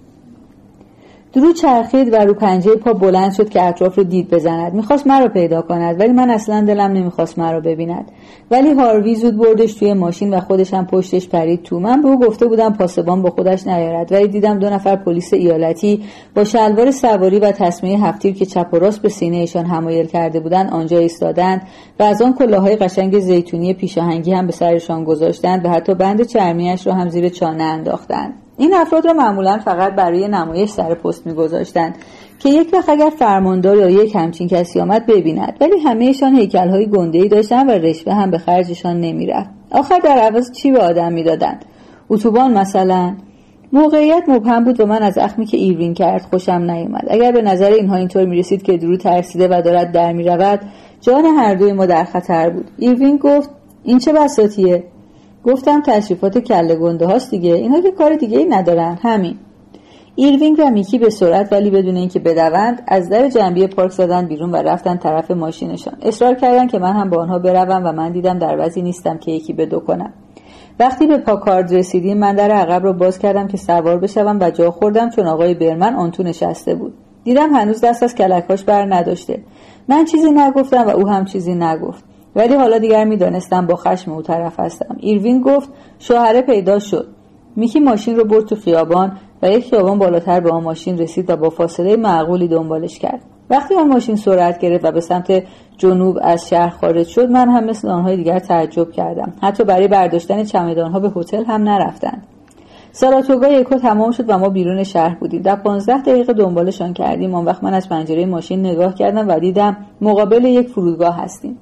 درو چرخید و رو پنجه پا بلند شد که اطراف رو دید بزند. میخواست مرا پیدا کند ولی من اصلا دلم نمیخواست مرا ببیند. ولی هاروی زود بردش توی ماشین و خودش هم پشتش پرید تو. من به او گفته بودم پاسبان با خودش نیارد ولی دیدم دو نفر پلیس ایالتی با شلوار سواری و تسمه هفتیر که چپ و راست به سینه ایشان حمایل کرده بودند آنجا ایستادند و از آن کلاههای قشنگ زیتونی پیشاهنگی هم به سرشان گذاشتند و حتی بند چرمیش را هم زیر چانه انداختند. این افراد را معمولا فقط برای نمایش سر پست می‌گذاشتند که یک وقت اگر فرماندار یا یک همچین کسی آمد ببیند، ولی همه‌شان هیکل‌های گنده‌ای داشتند و رشوه هم به خرجشان نمی‌رفت. آخر در عوض چی به آدم می‌دادند؟ اتوبان مثلا؟ موقعیت مبهم بود و من از اخمی که ایروینگ کرد خوشم نیامد. اگر به نظر اینها اینطور می‌رسید که درو ترسیده و دارد در می‌رود، جان هر دوی ما در خطر بود. ایروینگ گفت این چه بساطیه؟ گفتم تشریفات کله گنده هاست دیگه، اینها که کار دیگه ای ندارن. همین. ایروینگ و میکی به سرعت ولی بدون اینکه بدوند از در جنبی پارک زدن بیرون و رفتن طرف ماشینشان. اصرار کردن که من هم با آنها بروم و من دیدم در وضعی نیستم که یکی به دو کنم. وقتی به پاکارد رسیدیم من در عقب را باز کردم که سوار بشوم و جا خوردم چون آقای برمن آن تو نشسته بود. دیدم هنوز دست از کلک‌هاش بر نداشته. من چیزی نگفتم و او هم چیزی نگفت. ولی حالا دیگر می‌دانستم با خشم او طرف هستم. ایروین گفت شوهره پیدا شد. میکی ماشین رو برد تو خیابان و یک خیابان بالاتر به آن ماشین رسید و با فاصله معقولی دنبالش کرد. وقتی آن ماشین سرعت گرفت و به سمت جنوب از شهر خارج شد من هم مثل آنهای دیگر تعجب کردم. حتی برای برداشتن چمدان‌ها به هتل هم نرفتند. ساراتوگا یکو تمام شد و ما بیرون شهر بودیم. در پانزده دقیقه دنبالشان کردیم. آن وقت من از پنجره ماشین نگاه کردم و دیدم مقابل یک فرودگاه هستیم.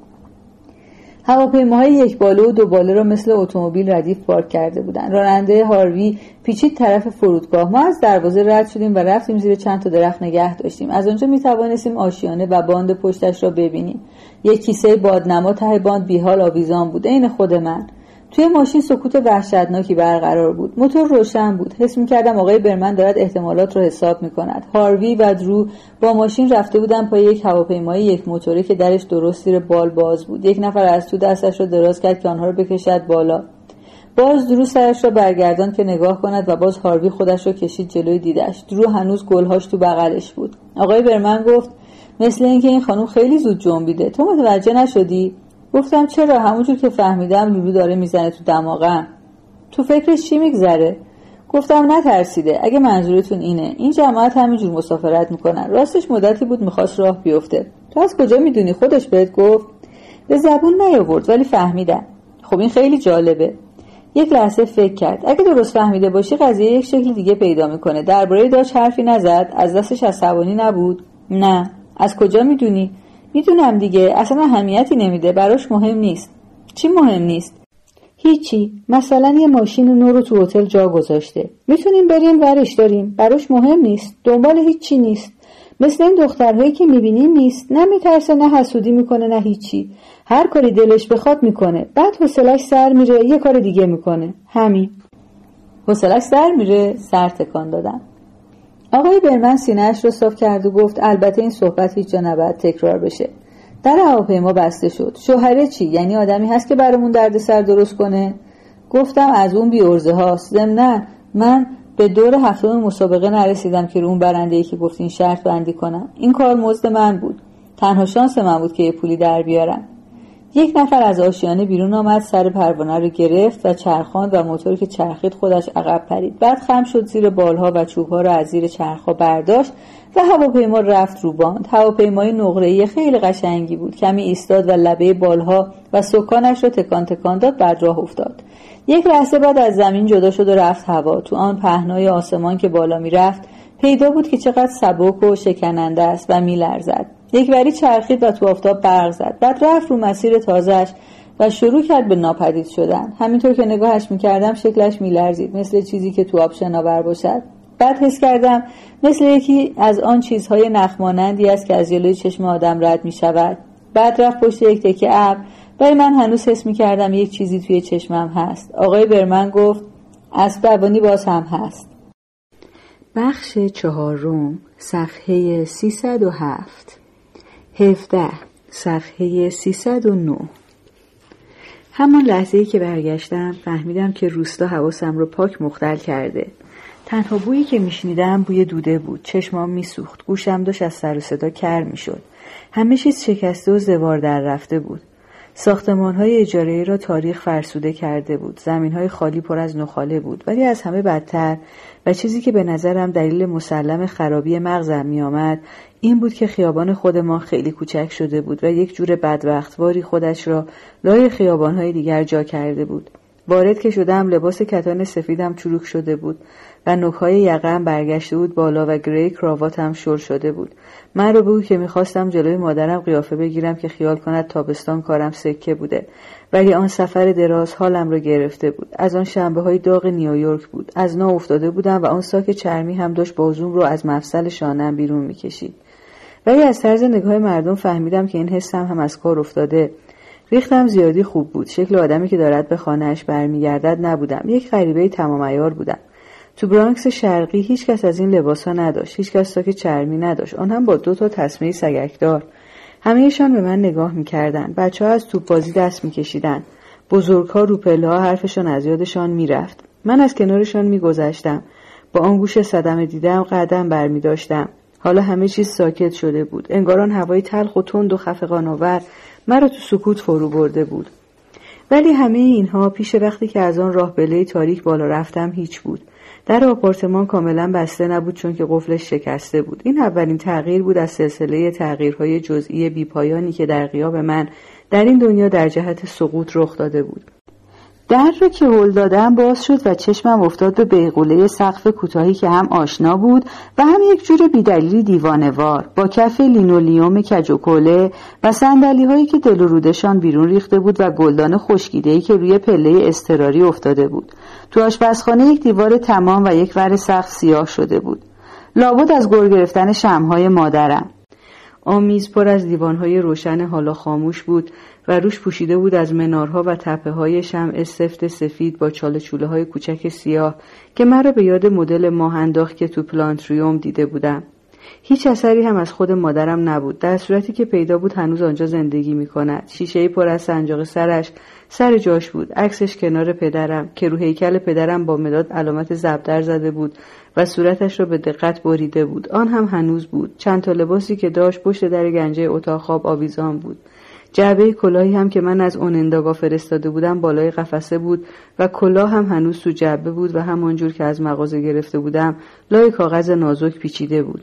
هواپیماهای یک باله و دو باله را مثل اتومبیل ردیف پارک کرده بودند. راننده هاروی پیچید طرف فرودگاه. ما از دروازه رد شدیم و رفتیم زیر چند تا درخت نگه داشتیم. از آنجا می توانستیم آشیانه و باند پشتش را ببینیم. یک کیسه بادنما ته باند بیحال آویزان بود، عین خود من. توی ماشین سکوت وحشتناکی برقرار بود. موتور روشن بود. حس می‌کردم آقای برمن دارد احتمالات رو حساب می‌کند. هاروی و درو با ماشین رفته بودن پای یک هواپیمای یک موتوری که درش درست زیر بال باز بود. یک نفر از تو دستش رو دراز کرد که آنها رو بکشد بالا. باز درو سرش را برگرداند که نگاه کند و باز هاروی خودش رو کشید جلوی دیدش. درو هنوز گلهاش تو بغلش بود. آقای برمن گفت مثل اینکه این خانم خیلی زود جنبیده. تو متوجه نشدی؟ گفتم چرا؟ همونجور که فهمیدم لولو داره میزنه تو دماغم. تو فکرش چی میگذره؟ گفتم نترسیده. اگه منظورتون اینه، این جماعت همینجور مسافرت میکنن. راستش مدتی بود میخواست راه بیفته. تو از کجا میدونی؟ خودش بهت گفت؟ به زبون نیاورد ولی فهمیدم. خب این خیلی جالبه. یک لحظه فکر کرد. اگه درست فهمیده باشی قضیه یک شکل دیگه پیدا میکنه. درباره داش حرفی نزد؟ از دستش عصبانی نبود؟ نه. از کجا میدونی؟ میدونم دیگه، اصلا اهمیتی نمیده، براش مهم نیست. چی مهم نیست؟ هیچی. مثلا یه ماشین نو رو تو هتل جا گذاشته. میتونیم بریم ورش داریم. براش مهم نیست. دنبال هیچی نیست. مثل این دخترهایی که میبینیم نیست. نه میترسه، نه حسودی میکنه، نه هیچی. هر کاری دلش بخواد میکنه. بعد حوصله‌اش سر میره، یه کار دیگه میکنه. همین. حوصله‌اش سر میره؟ سر تکان دادم. آقای برمن سینه‌اش رو صاف کرد و گفت البته این صحبت هیچ جا نباید تکرار بشه. در هواپیما بسته شد. شوهره چی؟ یعنی آدمی هست که برامون دردسر درست کنه؟ گفتم از اون بی ارزه هاست. ضمناً من به دور هفتم مسابقه نرسیدم که رو اون برنده‌ای که گفتین شرط بندی کنم. این کار مزد من بود. تنها شانس من بود که یه پولی در بیارم. یک نفر از آشیانه بیرون آمد، سر پروانه رو گرفت و چرخاند و موتوری که چرخید خودش عقب پرید. بعد خم شد زیر بالها و چوب‌ها رو از زیر چرخ‌ها برداشت و هواپیما رفت رو باند. هواپیمای نقره‌ای خیلی قشنگی بود. کمی ایستاد و لبه بالها و سکانش رو تکان تکان داد، بعد راه افتاد. یک لحظه بعد از زمین جدا شد و رفت هوا. تو آن پهنای آسمان که بالا می‌رفت پیدا بود که چقدر سبک و شکننده است و می‌لرزد. یک وری چرخید و تو آفتاب برق زد. بعد رفت رو مسیر تازه‌اش و شروع کرد به ناپدید شدن. همینطور که نگاهش می‌کردم شکلش می‌لرزید، مثل چیزی که تو آب شناور باشد. بعد حس کردم مثل یکی از آن چیزهای نخمانندی است که از جلوی چشم آدم رد می‌شود. بعد رفت پشت یک تکه ابر. ولی من هنوز حس می‌کردم یک چیزی توی چشمم هست. آقای برمن گفت اسب دوانی باز هم هست. بخش چهارم، صفحه سیصد و هفت. هفده، صفحه سیصد و نه. همان لحظه‌ای که برگشتم فهمیدم که روستا حواسم رو پاک مختل کرده. تنها بویی که میشنیدم بوی دوده بود. چشمام میسوخت. گوشم داشت از سر و صدا کر میشد. همه چیز شکسته و زوار در رفته بود. ساختمان‌های اجاره‌ای را تاریخ فرسوده کرده بود. زمین‌های خالی پر از نخاله بود. ولی از همه بدتر و چیزی که به نظرم دلیل مسلم خرابی مغزم می‌آمد این بود که خیابان خودمان خیلی کوچک شده بود و یک جور بدبختواری خودش را لای خیابان‌های دیگر جا کرده بود. وارد که شدم لباس کتان سفیدم چروک شده بود و نوک‌های یقه‌ام برگشته بود بالا و گری کراواتم شل شده بود. من رو بگو که می‌خواستم جلوی مادرم قیافه بگیرم که خیال کند تابستان کارم سکه بوده، ولی آن سفر دراز حالم رو گرفته بود. از آن شنبه‌های داغ نیویورک بود. از نا افتاده بودم و آن ساک چرمی هم داشت بازوم رو از مفصل شانه‌ام بیرون می‌کشید. ولی از طرز نگاه مردم فهمیدم که این حسم هم از کار افتاده. ریختم زیادی خوب بود. شکل آدمی که دارد به خانه‌اش برمیگردد نبودم. یک غریبه تمام عیار بودم. تو برانکس شرقی هیچ کس از این لباسا نداشت، هیچ کس ساک چرمی نداشت، آن هم با دو تا تسمه سگکدار. همه‌شان به من نگاه می‌کردند. بچه‌ها از توپ بازی دست می‌کشیدند. بزرگ‌ها رو پله‌ها حرفشان از یادشان می‌رفت. من از کنارشان می‌گذشتم. با آن گوش صدمه دیدم قدم برمی‌داشتم. حالا همه چیز ساکت شده بود. انگار آن هوای تلخ و تند و خفقان‌آور مرا تو سکوت فرو برده بود. ولی همه اینها پیش وقتی که از آن راه بله تاریک بالا رفتم هیچ بود. در آپارتمان کاملا بسته نبود چون که قفلش شکسته بود. این اولین تغییر بود از سلسله تغییرهای جزئی بی‌پایانی که در غیاب من در این دنیا در جهت سقوط رخ داده بود. در رو که هل دادم باز شد و چشمم افتاد به بیغوله سقف کوتاهی که هم آشنا بود و هم یک جور بیدلیلی دیوانه‌وار، با کف لینولیوم کج و کوله و صندلی‌هایی که دل و رودشان بیرون ریخته بود و گلدان خشکیده‌ای که روی پله اضطراری افتاده بود. تو آشپزخانه یک دیوار تمام و یک ور سقف سیاه شده بود. لابد از گر گرفتن شمع‌های مادرم. آن میز پر از دیوانهای روشن حالا خاموش بود و روش پوشیده بود از منارها و تپه‌های شمع سفت سفید با چاله چوله‌های کوچک سیاه که مرا به یاد مدل ماه انداخت که تو پلانتریوم دیده بودم. هیچ اثری هم از خود مادرم نبود، در صورتی که پیدا بود هنوز آنجا زندگی می‌کند. شیشه‌ای پر از سنجاق سرش سر جاش بود، عکسش کنار پدرم که رو هیکل پدرم با مداد علامت زبدر زده بود و صورتش را به دقت بریده بود. آن هم هنوز بود. چند تا لباسی که داشت پشت در گنجه اتاق خواب آویزان بود. جعبه کلاهی هم که من از اوننداگا فرستاده بودم بالای قفسه بود و کلاه هم هنوز تو جعبه بود و همانجور که از مغازه گرفته بودم لای کاغذ نازک پیچیده بود.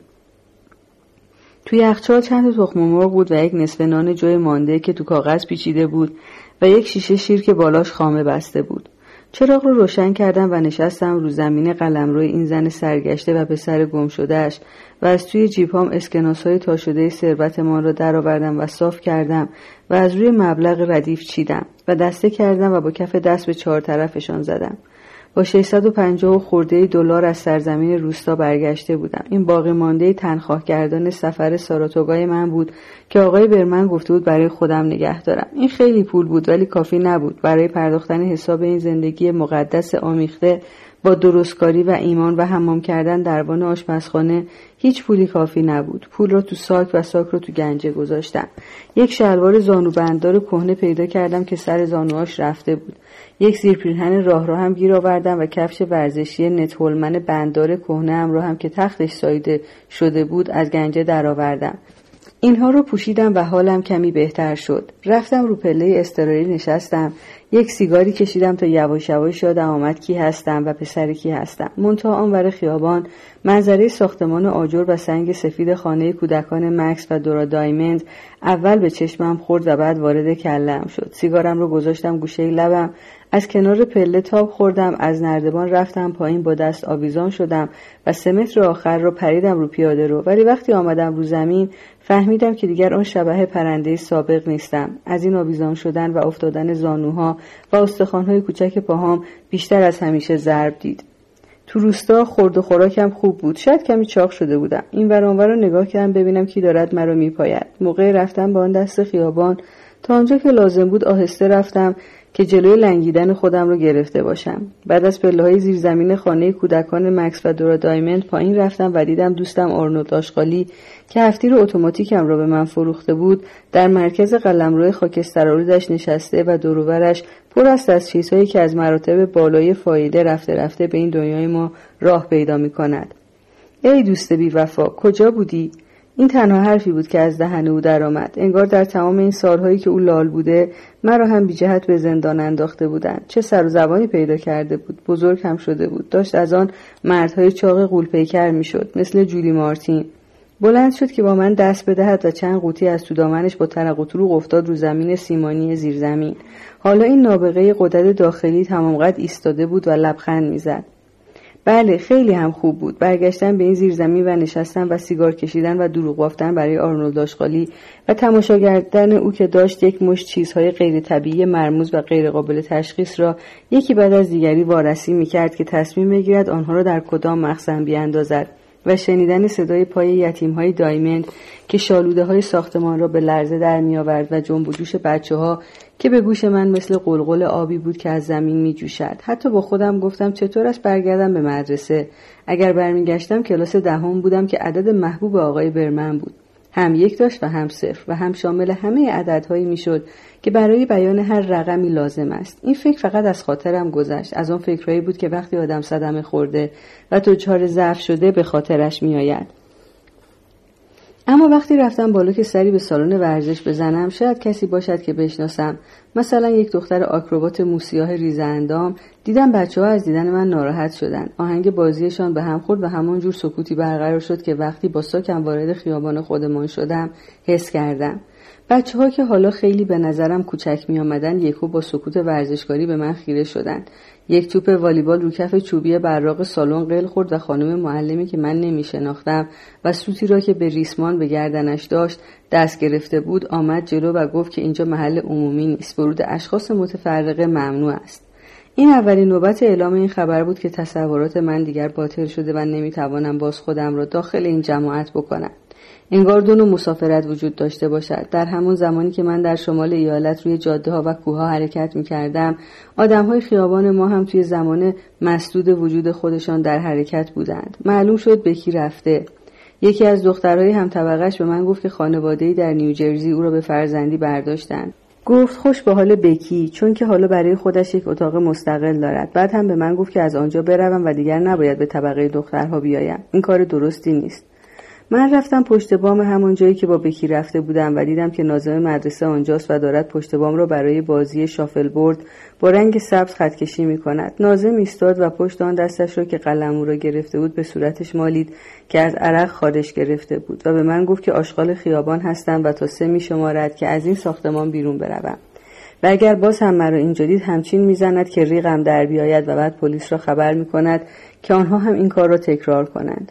توی یخچال چند تخم مرغ بود و یک نصف نان جوی مانده که تو کاغذ پیچیده بود و یک شیشه شیر که بالاش خامه بسته بود. چراغ رو روشن کردم و نشستم رو زمین قلمروی این زن سرگشته و به سر گم شدهش و از توی جیب‌هام اسکناس‌های تا شده ثروتمان را درآوردم و صاف کردم و از روی مبلغ ردیف چیدم و دسته کردم و با کف دست به چهار طرفشان زدم. با ششصد و پنجاه خورده دلار از سرزمین روستا برگشته بودم. این باقی مانده تنخواهگردان سفر ساراتوگای من بود که آقای برمن گفته بود برای خودم نگه دارم. این خیلی پول بود ولی کافی نبود. برای پرداختن حساب این زندگی مقدس آمیخته با درستکاری و ایمان و حمام کردن در وان آشپزخانه هیچ پولی کافی نبود. پول را تو ساک و ساک را تو گنجه گذاشتم. یک شلوار زانوبنددار کهنه پیدا کردم که سر زانوهاش رفته بود. یک زیر پیرهن راه را هم گیر آوردم و کفش ورزشی نتولمن بنددار کهنه ام را هم که تختش ساییده شده بود از گنجه درآوردم. اینها رو پوشیدم و حالم کمی بهتر شد. رفتم رو پله اضطراری نشستم. یک سیگاری کشیدم تا یواش یواش یادم آمد کی هستم و پسر کی هستم. منتها آنور خیابان منظره ساختمان آجر و سنگ سفید خانه کودکان مکس و دورا دایموند اول به چشمم خورد و بعد وارد کله‌ام شد. سیگارم رو گذاشتم گوشه لبم، از کنار پله تاب خوردم، از نردبان رفتم پایین، با دست آویزان شدم و سه متر آخر رو پریدم رو پیاده رو. ولی وقتی آمدم رو زمین فهمیدم که دیگر آن شبح پرنده سابق نیستم. از این آویزان شدن و افتادن زانوها و استخوان‌های کوچک پاهام بیشتر از همیشه ضرب دید. تو روستا خورد و خوراکم خوب بود. شاید کمی چاق شده بودم. این ور اون ور رو نگاه کردم ببینم کی دارد مرا میپاید. موقع رفتن با آن دست خیابان تا آنجا که لازم بود آهسته رفتم که جلوی لنگیدن خودم رو گرفته باشم. بعد از پله‌های زیرزمین خانه کودکان مکس و دورا دایموند پایین رفتم و دیدم دوستم آرنولد آشغالی که هفتیر اتوماتیکم را به من فروخته بود در مرکز قلمرو خاکسترآلودش نشسته و دور و برش پر است از چیزهایی که از مراتب بالای فایده رفته رفته به این دنیای ما راه پیدا می‌کند. ای دوست بی وفا، کجا بودی؟ این تنها حرفی بود که از دهن او درآمد. انگار در تمام این سالهایی که او لال بوده مرا هم بی جهت به زندان انداخته بودند. چه سر و زبانی پیدا کرده بود، بزرگ هم شده بود، داشت از آن مردهای چاق غول‌پیکر میشد، مثل جولی مارتین. بلند شد که با من دست بدهد و چند قوطی از تو دامنش با ترق و تروق افتاد رو زمین سیمانی زیرزمین. حالا این نابغه غدد داخلی تمام قد ایستاده بود و لبخند میزد. بله، خیلی هم خوب بود. برگشتن به این زیرزمین و نشستن و سیگار کشیدن و دروغ بافتن برای آرنولد آشغالی و تماشا کردن او که داشت یک مشت چیزهای غیر طبیعی مرموز و غیر قابل تشخیص را یکی بعد از دیگری وارسی میکرد که تصمیم بگیرد آنها را در کدام مخزن بیاندازد و شنیدن صدای پای یتیم‌های دایمند که شالوده‌های ساختمان را به لرزه در می‌آورد و جنب و جوش بچه‌ها که به گوش من مثل قلقل آبی بود که از زمین می‌جوشد. حتی با خودم گفتم چطور است برگردم به مدرسه. اگر برمیگشتم کلاس دهم بودم که عدد محبوب آقای برمن بود. هم یک داشت و هم صفر و هم شامل همه عددهایی میشد که برای بیان هر رقمی لازم است. این فکر فقط از خاطرم گذشت. از آن فکرهایی بود که وقتی آدم صدمه خورده و دچار ضعف شده به خاطرش میآید. اما وقتی رفتم بالا که سری به سالن ورزش بزنم، شاید کسی باشد که بشناسم، مثلا یک دختر آکروبات موسیاه ریزه اندام، دیدم بچه‌ها از دیدن من ناراحت شدند. آهنگ بازیشان به هم خورد و همان جور سکوتی برقرار شد که وقتی با ساکم وارد خیابان خودمان شدم حس کردم. بچه‌ها که حالا خیلی به نظرم کوچک می‌آمدند یکو با سکوت ورزشکاری به من خیره شدند. یک توپ والیبال رو کف چوبی براق سالن قل خورد و خانم معلمی که من نمی‌شناختم و سوتی را که به ریسمان به گردنش داشت دست گرفته بود آمد جلو و گفت که اینجا محل عمومی نیست، ورود اشخاص متفرقه ممنوع است. این اولین نوبت اعلام این خبر بود که تصورات من دیگر باطل شده و نمی‌توانم باز خودم را داخل این جماعت بکنم. انگار دو نوع مسافرت وجود داشته باشد. در همون زمانی که من در شمال ایالت روی جاده‌ها و کوه‌ها حرکت می‌کردم، آدم‌های خیابان ما هم توی زمان مسدود وجود خودشان در حرکت بودند. معلوم شد بکی رفته. یکی از دخترهای هم طبقه‌اش به من گفت که خانواده‌ای در نیوجرسی او را به فرزندی برداشتند. گفت خوش به حال بکی، چون که حالا برای خودش یک اتاق مستقل دارد. بعد هم به من گفت که از آنجا بروم و دیگر نباید به طبقه دخترها بیایم. این کار درستی نیست. من رفتم پشت بام همان جایی که با بکی رفته بودم و دیدم که ناظم مدرسه آنجاست و دارد پشت بام را برای بازی شافل برد با رنگ سبز خطکشی می کند. ناظم ایستاد و پشت آن دستش را که قلمو را گرفته بود به صورتش مالید که از عرق خارش گرفته بود و به من گفت که آشغال خیابان هستم و تا سه می شمارد که از این ساختمان بیرون بروم. و اگر باز هم مرا اینجا دید همچین میزند که ریغم در بیاید و بعد پلیس را خبر می کند که آنها هم این کار را تکرار کنند.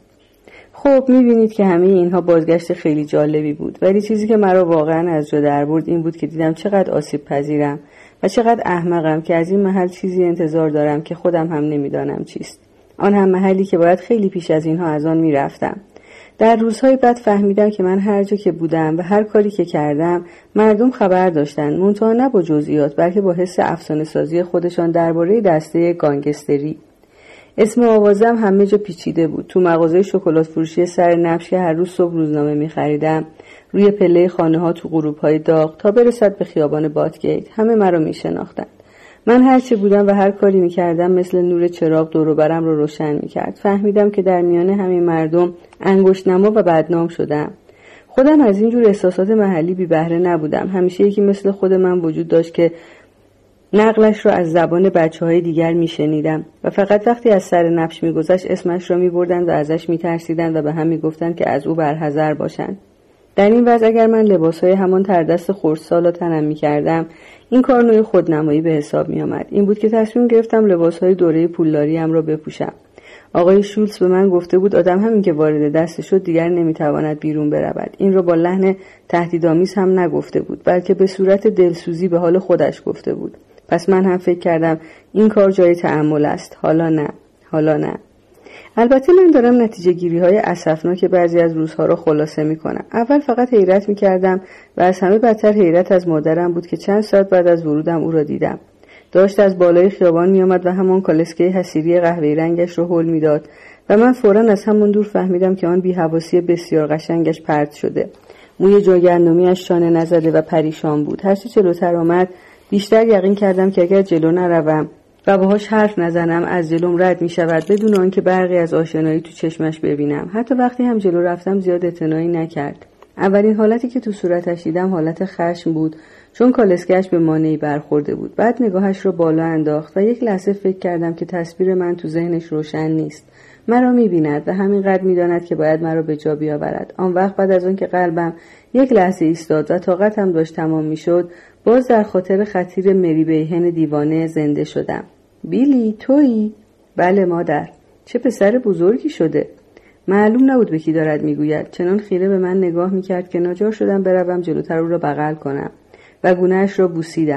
خب میبینید که همه اینها بازگشت خیلی جالبی بود، ولی چیزی که مرا واقعا از جا در برد این بود که دیدم چقدر آسیب پذیرم و چقدر احمقم که از این محل چیزی انتظار دارم که خودم هم نمیدانم چیست. آن هم محلی که باید خیلی پیش از اینها از آن میرفتم. در روزهای بعد فهمیدم که من هر جا که بودم و هر کاری که کردم مردم خبر داشتند، منتها نه با جزئیات بلکه با حس افسانه سازی خودشان درباره دسته گانگستری. اسم آوازم همه جا پیچیده بود. تو مغازه شکلات فروشی سر نبش که هر روز صبح روزنامه می‌خریدم، روی پله خانه‌ها تو غروب‌های داغ تا برسد به خیابان باتگیت، همه مرا می‌شناختند. من هر چه بودم و هر کاری می‌کردم مثل نور چراغ دور و برم رو روشن می‌کرد. فهمیدم که در میان همین مردم انگشت‌نما و بدنام شدم. خودم از این جور احساسات محلی بی بهره نبودم. همیشه یکی مثل خود من وجود داشت که نقلش را از زبان بچه‌های دیگر می‌شنیدم و فقط وقتی از سر نبش می‌گذشت اسمش را می‌بردند و ازش می‌ترسیدند و به هم می‌گفتند که از او برحذر باشند. در این وضع اگر من لباس‌های همان تردست خردسال تنم می‌کردم، این کار نوع خودنمایی به حساب می‌آمد. این بود که تصمیم گرفتم لباس‌های دوره پولداری‌ام را بپوشم. آقای شولز به من گفته بود آدم همین که وارد دست شد دیگر نمی‌تواند بیرون برود. این را با لحن تهدیدآمیز هم نگفته بود، بلکه به صورت دلسوزی به حال خودش گفته بود. پس من هم فکر کردم این کار جای تأمل است. حالا نه، حالا نه. البته من دارم نتیجه گیری های اسفناک بعضی از روزها را خلاصه می کنم. اول فقط حیرت می کردم و از همه بدتر حیرت از مادرم بود که چند ساعت بعد از ورودم او را دیدم. داشت از بالای خیابان می آمد و همان کالسکه حصیری قهوه‌ای رنگش را هل می داد و من فوراً از همون دور فهمیدم که آن بی‌حواسی بسیار قشنگش پرت شده. موی جاگندمی‌اش شانه نزده و پریشان بود. هر چه جلوتر آمد بیشتر یقین کردم که اگر جلو نروم و باهاش حرف نزنم از جلوم رد می شود بدون آنکه برقی از آشنایی تو چشمش ببینم. حتی وقتی هم جلو رفتم زیاد اعتنایی نکرد. اولین حالتی که تو صورتش دیدم حالت خشم بود، چون کالسکه‌اش به مانعی برخورده بود. بعد نگاهش رو بالا انداخت و یک لحظه فکر کردم که تصویر من تو ذهنش روشن نیست. مرا می‌بیند و همینقدر می‌داند که باید مرا به جا بیاورد. آن وقت بعد از آن که قلبم یک لحظه ایستاد و طاقتم داشت تمام می‌شد، باز در خاطر خطیر مری بیهن دیوانه زنده شدم. بیلی تویی؟ بله مادر. چه پسر بزرگی شده. معلوم نبود به کی دارد میگوید. چنان خیره به من نگاه میکرد که ناچار شدم بروم جلوتر او را بغل کنم و گونه‌اش را بوسیدم.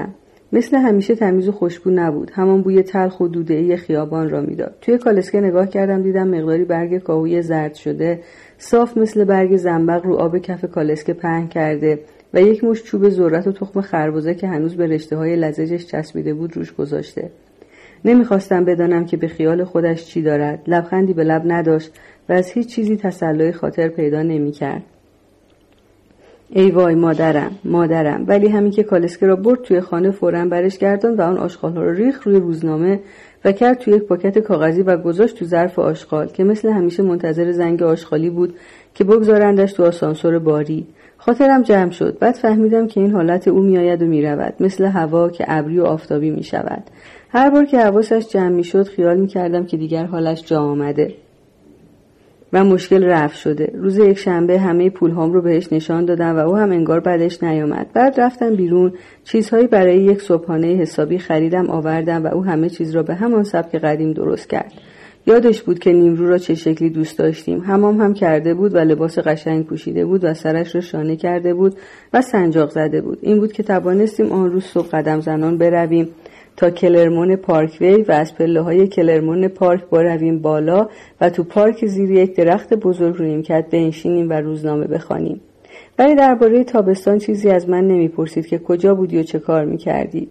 مثل همیشه تمیز و خوشبو نبود. همان بوی تلخ و دوده‌ای خیابان را میداد. توی کالسکه نگاه کردم، دیدم مقداری برگ کاهوی زرد شده صاف مثل برگ زنبق رو آب کف کالسکه پهن کرده و یک مشت چوب ذرت و تخم خربزه که هنوز به رشته‌های لزجش چسبیده بود روش گذاشته. نمیخواستم بدانم که به خیال خودش چی دارد. لبخندی به لب نداشت و از هیچ چیزی تسلای خاطر پیدا نمی‌کرد. ای وای مادرم مادرم ولی همین که کالسکه را برد توی خانه فوراً برش گرداند و آن آشغال‌ها را ریخت روی روزنامه و کرد توی یک پاکت کاغذی و گذاشت تو ظرف آشغال که مثل همیشه منتظر زنگ آشغالی بود که بگذارندش تو آسانسور باری. خاطرم جمع شد. بعد فهمیدم که این حالت او میآید و میرود، مثل هوا که ابری و آفتابی میشود. هر بار که حواسش جمع میشد خیال میکردم که دیگر حالش جا آمده و مشکل رفع شده. روز یک شنبه همه پولهام رو بهش نشان دادم و او هم انگار بعدش نیامد. بعد رفتم بیرون، چیزهایی برای یک صبحانه حسابی خریدم آوردم و او همه چیز را به همان سبک قدیم درست کرد. یادش بود که نیمرو را چه شکلی دوست داشتیم. حمام هم کرده بود و لباس قشنگ پوشیده بود و سرش را شانه کرده بود و سنجاق زده بود. این بود که توانستیم آن روز صبح قدم زنان برویم تا کلرمون پارکوی و از پله‌های کلرمون پارک برویم بالا و تو پارک زیر یک درخت بزرگ روی نیمکت بنشینیم و روزنامه بخوانیم. ولی درباره تابستان چیزی از من نمیپرسید که کجا بودی و چه کار میکردی.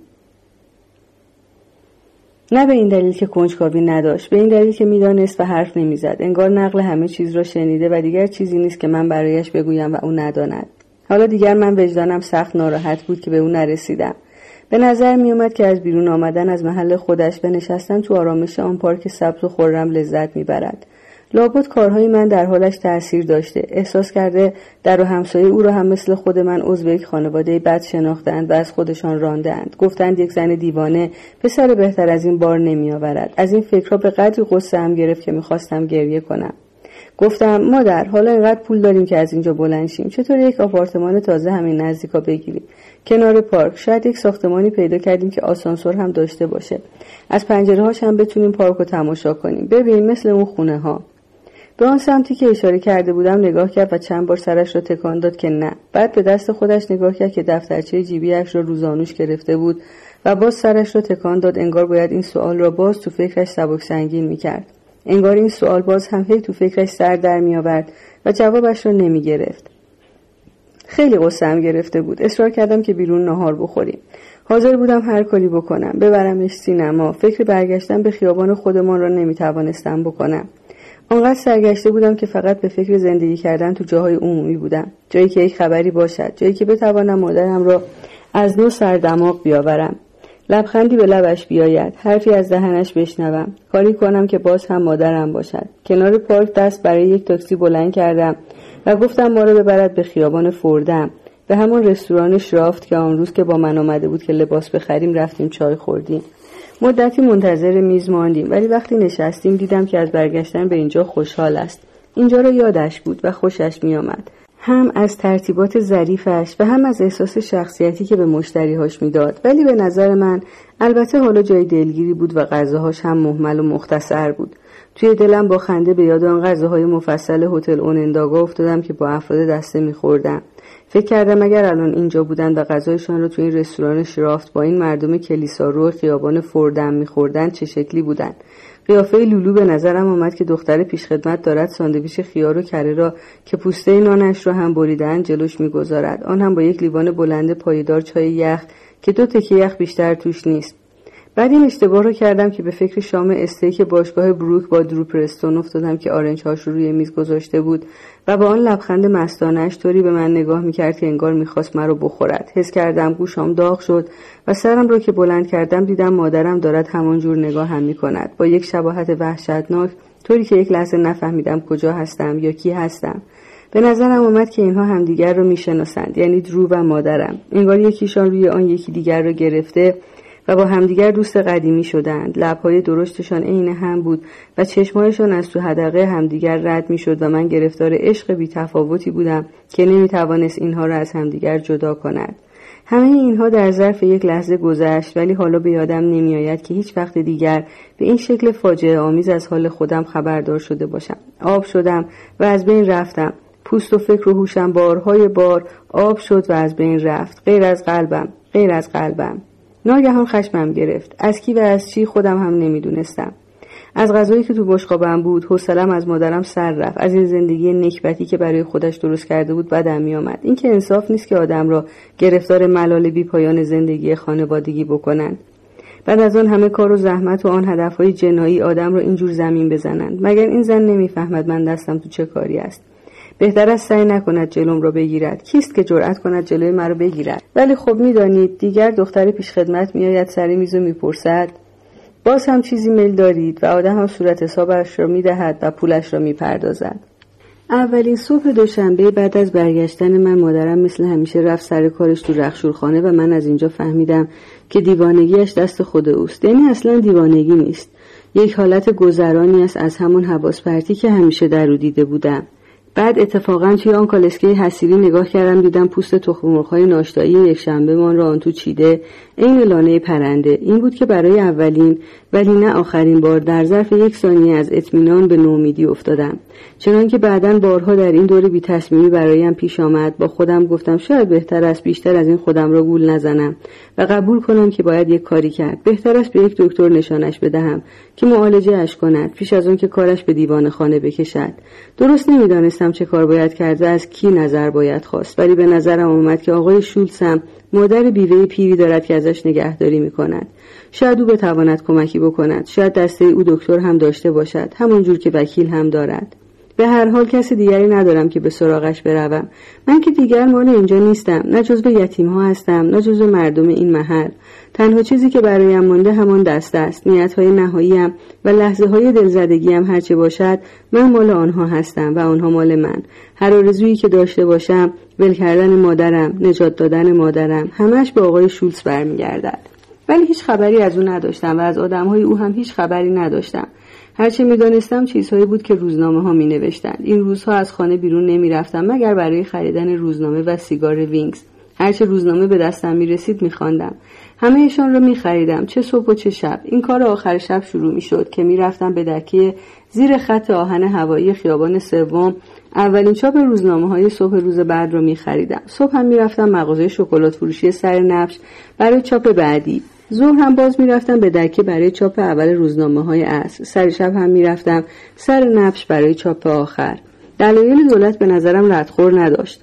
نه به این دلیل که کنجکاوی نداشت، به این دلیل که میدانست و حرف نمیزد. انگار نقل همه چیز را شنیده و دیگر چیزی نیست که من برایش بگویم و او نداند. حالا دیگر من وجدانم سخت ناراحت بود که به او نرسیدم. به نظر می اومد که از بیرون آمدن از محل خودش به نشستن تو آرامش آن پارک سبز و خرم لذت می برد. لابد کارهای من در حالش تأثیر داشته. احساس کرده در و همسایه او را هم مثل خود من عضو یک خانواده بد شناختند و از خودشان راندند. گفتند یک زن دیوانه پسر بهتر از این بار نمی آورد. از این فکرها به قدری غصه هم گرفت که می‌خواستم گریه کنم. گفتم مادر، حالا اینقدر پول داریم که از اینجا بلند شیم، چطور یک آپارتمان تازه همین نزدیکا بگیریم کنار پارک؟ شاید یک ساختمانی پیدا کردیم که آسانسور هم داشته باشه، از پنجره‌هاش هم بتونیم پارک رو تماشا کنیم. ببین مثل اون خونه ها. به آن سمتی که اشاره کرده بودم نگاه کرد و چند بار سرش را تکان داد که نه. بعد به دست خودش نگاه کرد که دفترچه جیبیش را روزانوش گرفته بود و باز سرش را تکان داد، انگار باید این سوال را باز تو فکرش سبک سنگین می‌کرد. انگار این سوال باز هم هی تو فکرش سر در می آورد و جوابش را نمی گرفت. خیلی غصه‌ام گرفته بود. اصرار کردم که بیرون ناهار بخوریم. حاضر بودم هر کاری بکنم، ببرمش سینما. فکر برگشتن به خیابان خودمان را نمی توانستم بکنم. آنقدر سرگشته بودم که فقط به فکر زندگی کردن تو جاهای عمومی بودم، جایی که یک خبری باشد، جایی که بتوانم مادرم را از نو سردماغ بیاورم، لبخندی به لبش بیاید، حرفی از دهنش بشنوم، کاری کنم که باز هم مادرم باشد. کنار پارک دست برای یک تاکسی بلند کردم و گفتم ما رو ببرد به خیابان فوردم، به همون رستوران شرافت که آن روز که با من آمده بود که لباس بخریم رفتیم چای خوردیم. مدتی منتظر میز ماندیم، ولی وقتی نشستیم دیدم که از برگشتن به اینجا خوشحال است. اینجا رو یادش بود و خوشش می آمد، هم از ترتیبات ظریفش و هم از احساس شخصیتی که به مشتریهاش میداد. ولی به نظر من البته حالا جای دلگیری بود و غذاهاش هم مهمل و مختصر بود. توی دلم با خنده به یاد آن غذاهای مفصل هتل اوننداگا افتادم که با افراد دسته می‌خوردم. فکر کردم اگر الان اینجا بودن و غذایشان رو توی این رستوران شرافت با این مردم کلیسارو خیابان فوردم می‌خوردن چه شکلی بودن. قیافه لولو به نظرم آمد که دختر پیشخدمت دارد ساندویچ خیار و کره را که پوسته نانش را هم بریدن جلوش می‌گذارد، آن هم با یک لیوان بلند پایدار چای یخ که دو تکه یخ بیشتر توش نیست. بعد این اشتباه رو کردم که به فکر شام استیک باشگاه بروک با درو پرستون افتادم که آرنج هاش رو روی میز گذاشته بود و با آن لبخند مستانه‌اش طوری به من نگاه می‌کرد که انگار می‌خواست مرا بخورد. حس کردم گوشام داغ شد و سرم رو که بلند کردم دیدم مادرم دارد همان جور نگاه هم می‌کند، با یک شباهت وحشتناک، طوری که یک لحظه نفهمیدم کجا هستم یا کی هستم. به نظرم اومد که اینها همدیگر رو می‌شناسند، یعنی درو و مادرم. انگار یکیشان روی آن یکی دیگر رو گرفته و با همدیگر دوست قدیمی شدند. لب‌های درشتشان عین هم بود و چشمایشان از تو حدقه همدیگر رد می‌شد و من گرفتار عشق بی‌تفاوتی بودم که نمی‌توانست اینها را از همدیگر جدا کند. همه اینها در ظرف یک لحظه گذشت، ولی حالا به یادم نمی‌آید که هیچ وقت دیگر به این شکل فاجعه آمیز از حال خودم خبردار شده باشم. آب شدم و از بین رفتم. پوست و فکر و هوشم بارهای بار آب شد و از بین رفت. غیر از قلبم، غیر از قلبم. ناگهان خشمم گرفت. از کی و از چی خودم هم نمیدونستم. از غذایی که تو بشقابم بود حوصله‌ام از مادرم سر رفت. از این زندگی نکبتی که برای خودش درست کرده بود بدم میآمد. این که انصاف نیست که آدم را گرفتار ملال بی پایان زندگی خانوادگی بکنند. بعد از آن همه کار و زحمت و آن هدفهای جنایی آدم را اینجور زمین بزنند. مگر این زن نمیفهمد من دستم تو چه کاری است؟ بهتر است سعی نکند جلوم را بگیرد. کیست که جرأت کند جلوی مرا بگیرد؟ ولی خب میدانید دیگر دختر پیش خدمت میآید سر میز و میپرسد باز هم چیزی میل دارید و آدم هم صورت حسابش را میدهد و پولش را میپردازد. اولین صبح دوشنبه بعد از برگشتن من مادرم مثل همیشه رفت سر کارش تو رخشورخانه و من از اینجا فهمیدم که دیوانگیش دست خود اوست. یعنی اصلا دیوانگی نیست، یک حالت گذرانی است از همون حواس پرتی که همیشه در او دیده بودم. بعد اتفاقا توی آن کالسکه حصیری نگاه کردم، دیدم پوست تخم مرغ‌های ناشتایی یک شنبه مان را آن تو چیده، عین لانه پرنده. این بود که برای اولین ولی نه آخرین بار در ظرف یک ثانیه از اطمینان به نومیدی افتادم. چنانکه بعداً بارها در این دور بی تصمیمی برایم پیش آمد، با خودم گفتم شاید بهتر است بیشتر از این خودم را گول نزنم و قبول کنم که باید یک کاری کرد. بهتر است به یک دکتر نشانش بدهم که معالجه اش کند پیش از آن که کارش به دیوان خانه بکشد. درست نمیدانستم چه کار باید کرد و از کی نظر باید خواست، ولی به نظرم آمد که آقای شولتز هم مادر بیوه پیری دارد که ازش نگهداری میکند. شاید او بتواند کمکی بکند. شاید دسته او دکتر هم داشته باشد، همون جور که وکیل هم دارد. به هر حال کسی دیگری ندارم که به سراغش بروم. من که دیگر مال اینجا نیستم، نه جزو یتیم ها هستم نه جزو مردم این محل. تنها چیزی که برایم مانده همان دست است. نیت های نهاییم و لحظه های دلزدگیم هرچه باشد من مال آنها هستم و آنها مال من. هر آرزویی که داشته باشم، ول کردن مادرم، نجات دادن مادرم، همش به آقای شولتز برمیگردد. ولی هیچ خبری از او نداشتم و از آدمهای او هم هیچ خبری نداشتم. هرچه میدانستم چیزهایی بود که روزنامه ها می نوشتند. این روزها از خانه بیرون نمی رفتم مگر برای خریدن روزنامه و سیگار وینگز. هرچه روزنامه به دستم می رسید می خواندم. همه ایشان را می خریدم، چه صبح و چه شب. این کار آخر شب شروع می شد که می رفتم به دکه زیر خط آهن هوایی خیابان سوم اولین چاپ روزنامه های صبح روز بعد را می خریدم. صبح هم می رفتم مغازه شکلات فروشی سر نبش برای چاپ بعدی. ظهر هم باز می رفتم به دکه برای چاپ اول روزنامه های عصر. سر شب هم می رفتم سر نبش برای چاپ آخر. دلایل دولت به نظرم ردخور نداشت.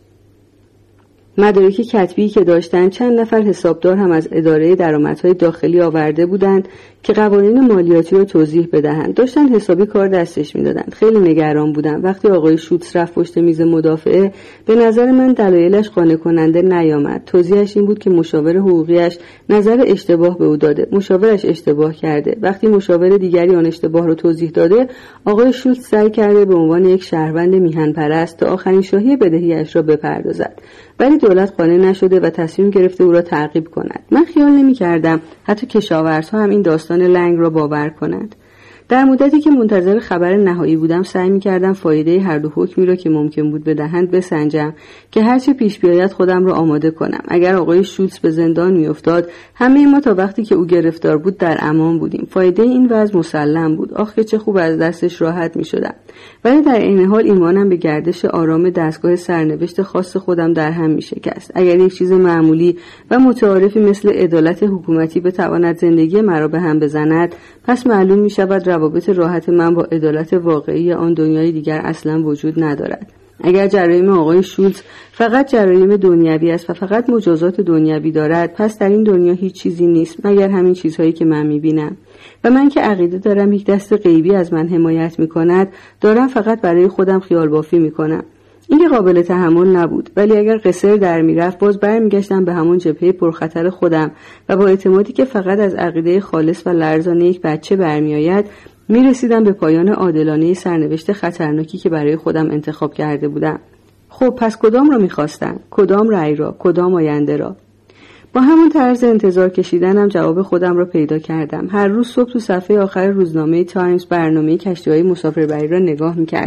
مدارک کتبی که داشتن چند نفر حسابدار هم از اداره درآمدهای داخلی آورده بودند که قوانین مالیاتی رو توضیح بدهند. داشتن حسابی کار دستش میدادند. خیلی نگران بودم. وقتی آقای شولتز رفت پشت میز مدافعه، به نظر من دلایلش قانع کننده نیامد. توضیحش این بود که مشاور حقوقیش نظر اشتباه به او داده. مشاورش اشتباه کرده. وقتی مشاور دیگری آن اشتباه رو توضیح داده، آقای شولتز سعی کرده به عنوان یک شهروند میهن پرست تا آخرین شاهی بدهیش را بپردازد. ولی دولت قانع نشده و تصمیم گرفته او را تعقیب کند. من خیال نمی کردم حتی کشاورزها هم این داستان لنگ را باور کنند. در مدتی که منتظر خبر نهایی بودم سعی می کردم فایده هر دو حکمی را که ممکن بود بدهند بسنجم که هرچه پیش بیاید خودم را آماده کنم. اگر آقای شولتز به زندان می افتاد، همه ما تا وقتی که او گرفتار بود در امان بودیم. فایده این وضع مسلم بود. آخه چه خوب از دستش راحت می شدم. ولی در این حال ایمانم به گردش آرام دستگاه سرنوشت خاص خودم در هم می شکست. اگر یک چیز معمولی و متعارفی مثل عدالت حکومتی بتواند زندگی مرا به هم بزند، پس معلوم می شود روابط راحت من با عدالت واقعی آن دنیای دیگر اصلا وجود ندارد. اگر جرایم آقای شولتز فقط جرایم دنیوی است و فقط مجازات دنیوی دارد، پس در این دنیا هیچ چیزی نیست مگر همین چیزهایی که من میبینم. و من که عقیده دارم یک دست غیبی از من حمایت میکند، دارم فقط برای خودم خیال بافی میکنم. این قابل تحمل نبود، ولی اگر قصر در میرفت باز برمیگشتم به همون جبهه پرخطر خودم و با اعتمادی که فقط از عقیده خالص و لرزانه یک بچه برمیآید، میرسیدم به پایان عادلانه سرنوشت خطرناکی که برای خودم انتخاب کرده بودم. خب پس کدام را میخواستم؟ کدام رأی را؟ کدام آینده را؟ با همون طرز انتظار کشیدنم جواب خودم را پیدا کردم. هر روز صبح تو صفحه آخر روزنامه تایمز برنامه کشتی‌های مسافربری را نگاه می‌کردم.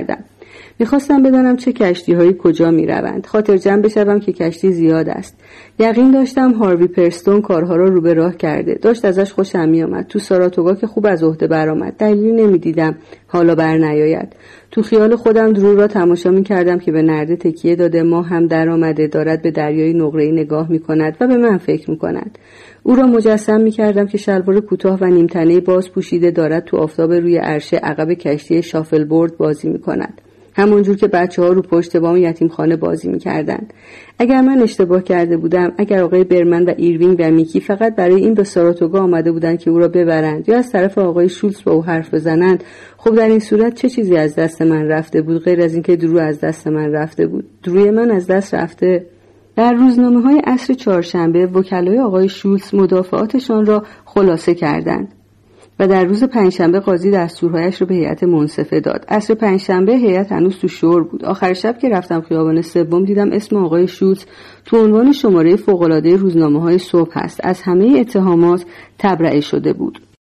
میخواستم بدانم چه کشتی‌هایی کجا میروند، خاطر جمع بشوم که کشتی زیاد است. یقین داشتم هاروی پرستون کارها را رو به راه کرده، داشت ازش خوشم میآمد. تو ساراتوگا که خوب از عهده برآمد، دلیلی نمیدیدم حالا بر نیاید. تو خیال خودم درو را تماشا میکردم که به نرده تکیه داده، ما هم در آمده، دارد به دریای نقره‌ای نگاه میکند و به من فکر میکند. او را مجسم میکردم که شلوار کوتاه و نیمتنه باز پوشیده دارد تو آفتاب روی عرشه عقب کشتی شافل بورد بازی میکند، همونجور که بچه‌ها رو پشت بام یتیمخانه بازی می‌کردند. اگر من اشتباه کرده بودم، اگر آقای برمن و ایروینگ و میکی فقط برای این به ساراتوگا آمده بودند که او را ببرند یا از طرف آقای شولتز با او حرف بزنند، خب در این صورت چه چیزی از دست من رفته بود غیر از اینکه درو از دست من رفته بود؟ دروی من از دست رفته. در روزنامه‌های عصر چهارشنبه وکلای آقای شولتز مدافعاتشان را خلاصه کردند و در روز پنجشنبه قاضی دستورهایش رو به هیئت منصفه داد. عصر پنجشنبه هیئت هنوز تو شور بود. آخر شب که رفتم خیابان سوم دیدم اسم آقای شولتز تو عنوان شماره فوق‌العاده روزنامه‌های صبح هست. از همه اتهامات تبرئه شده بود.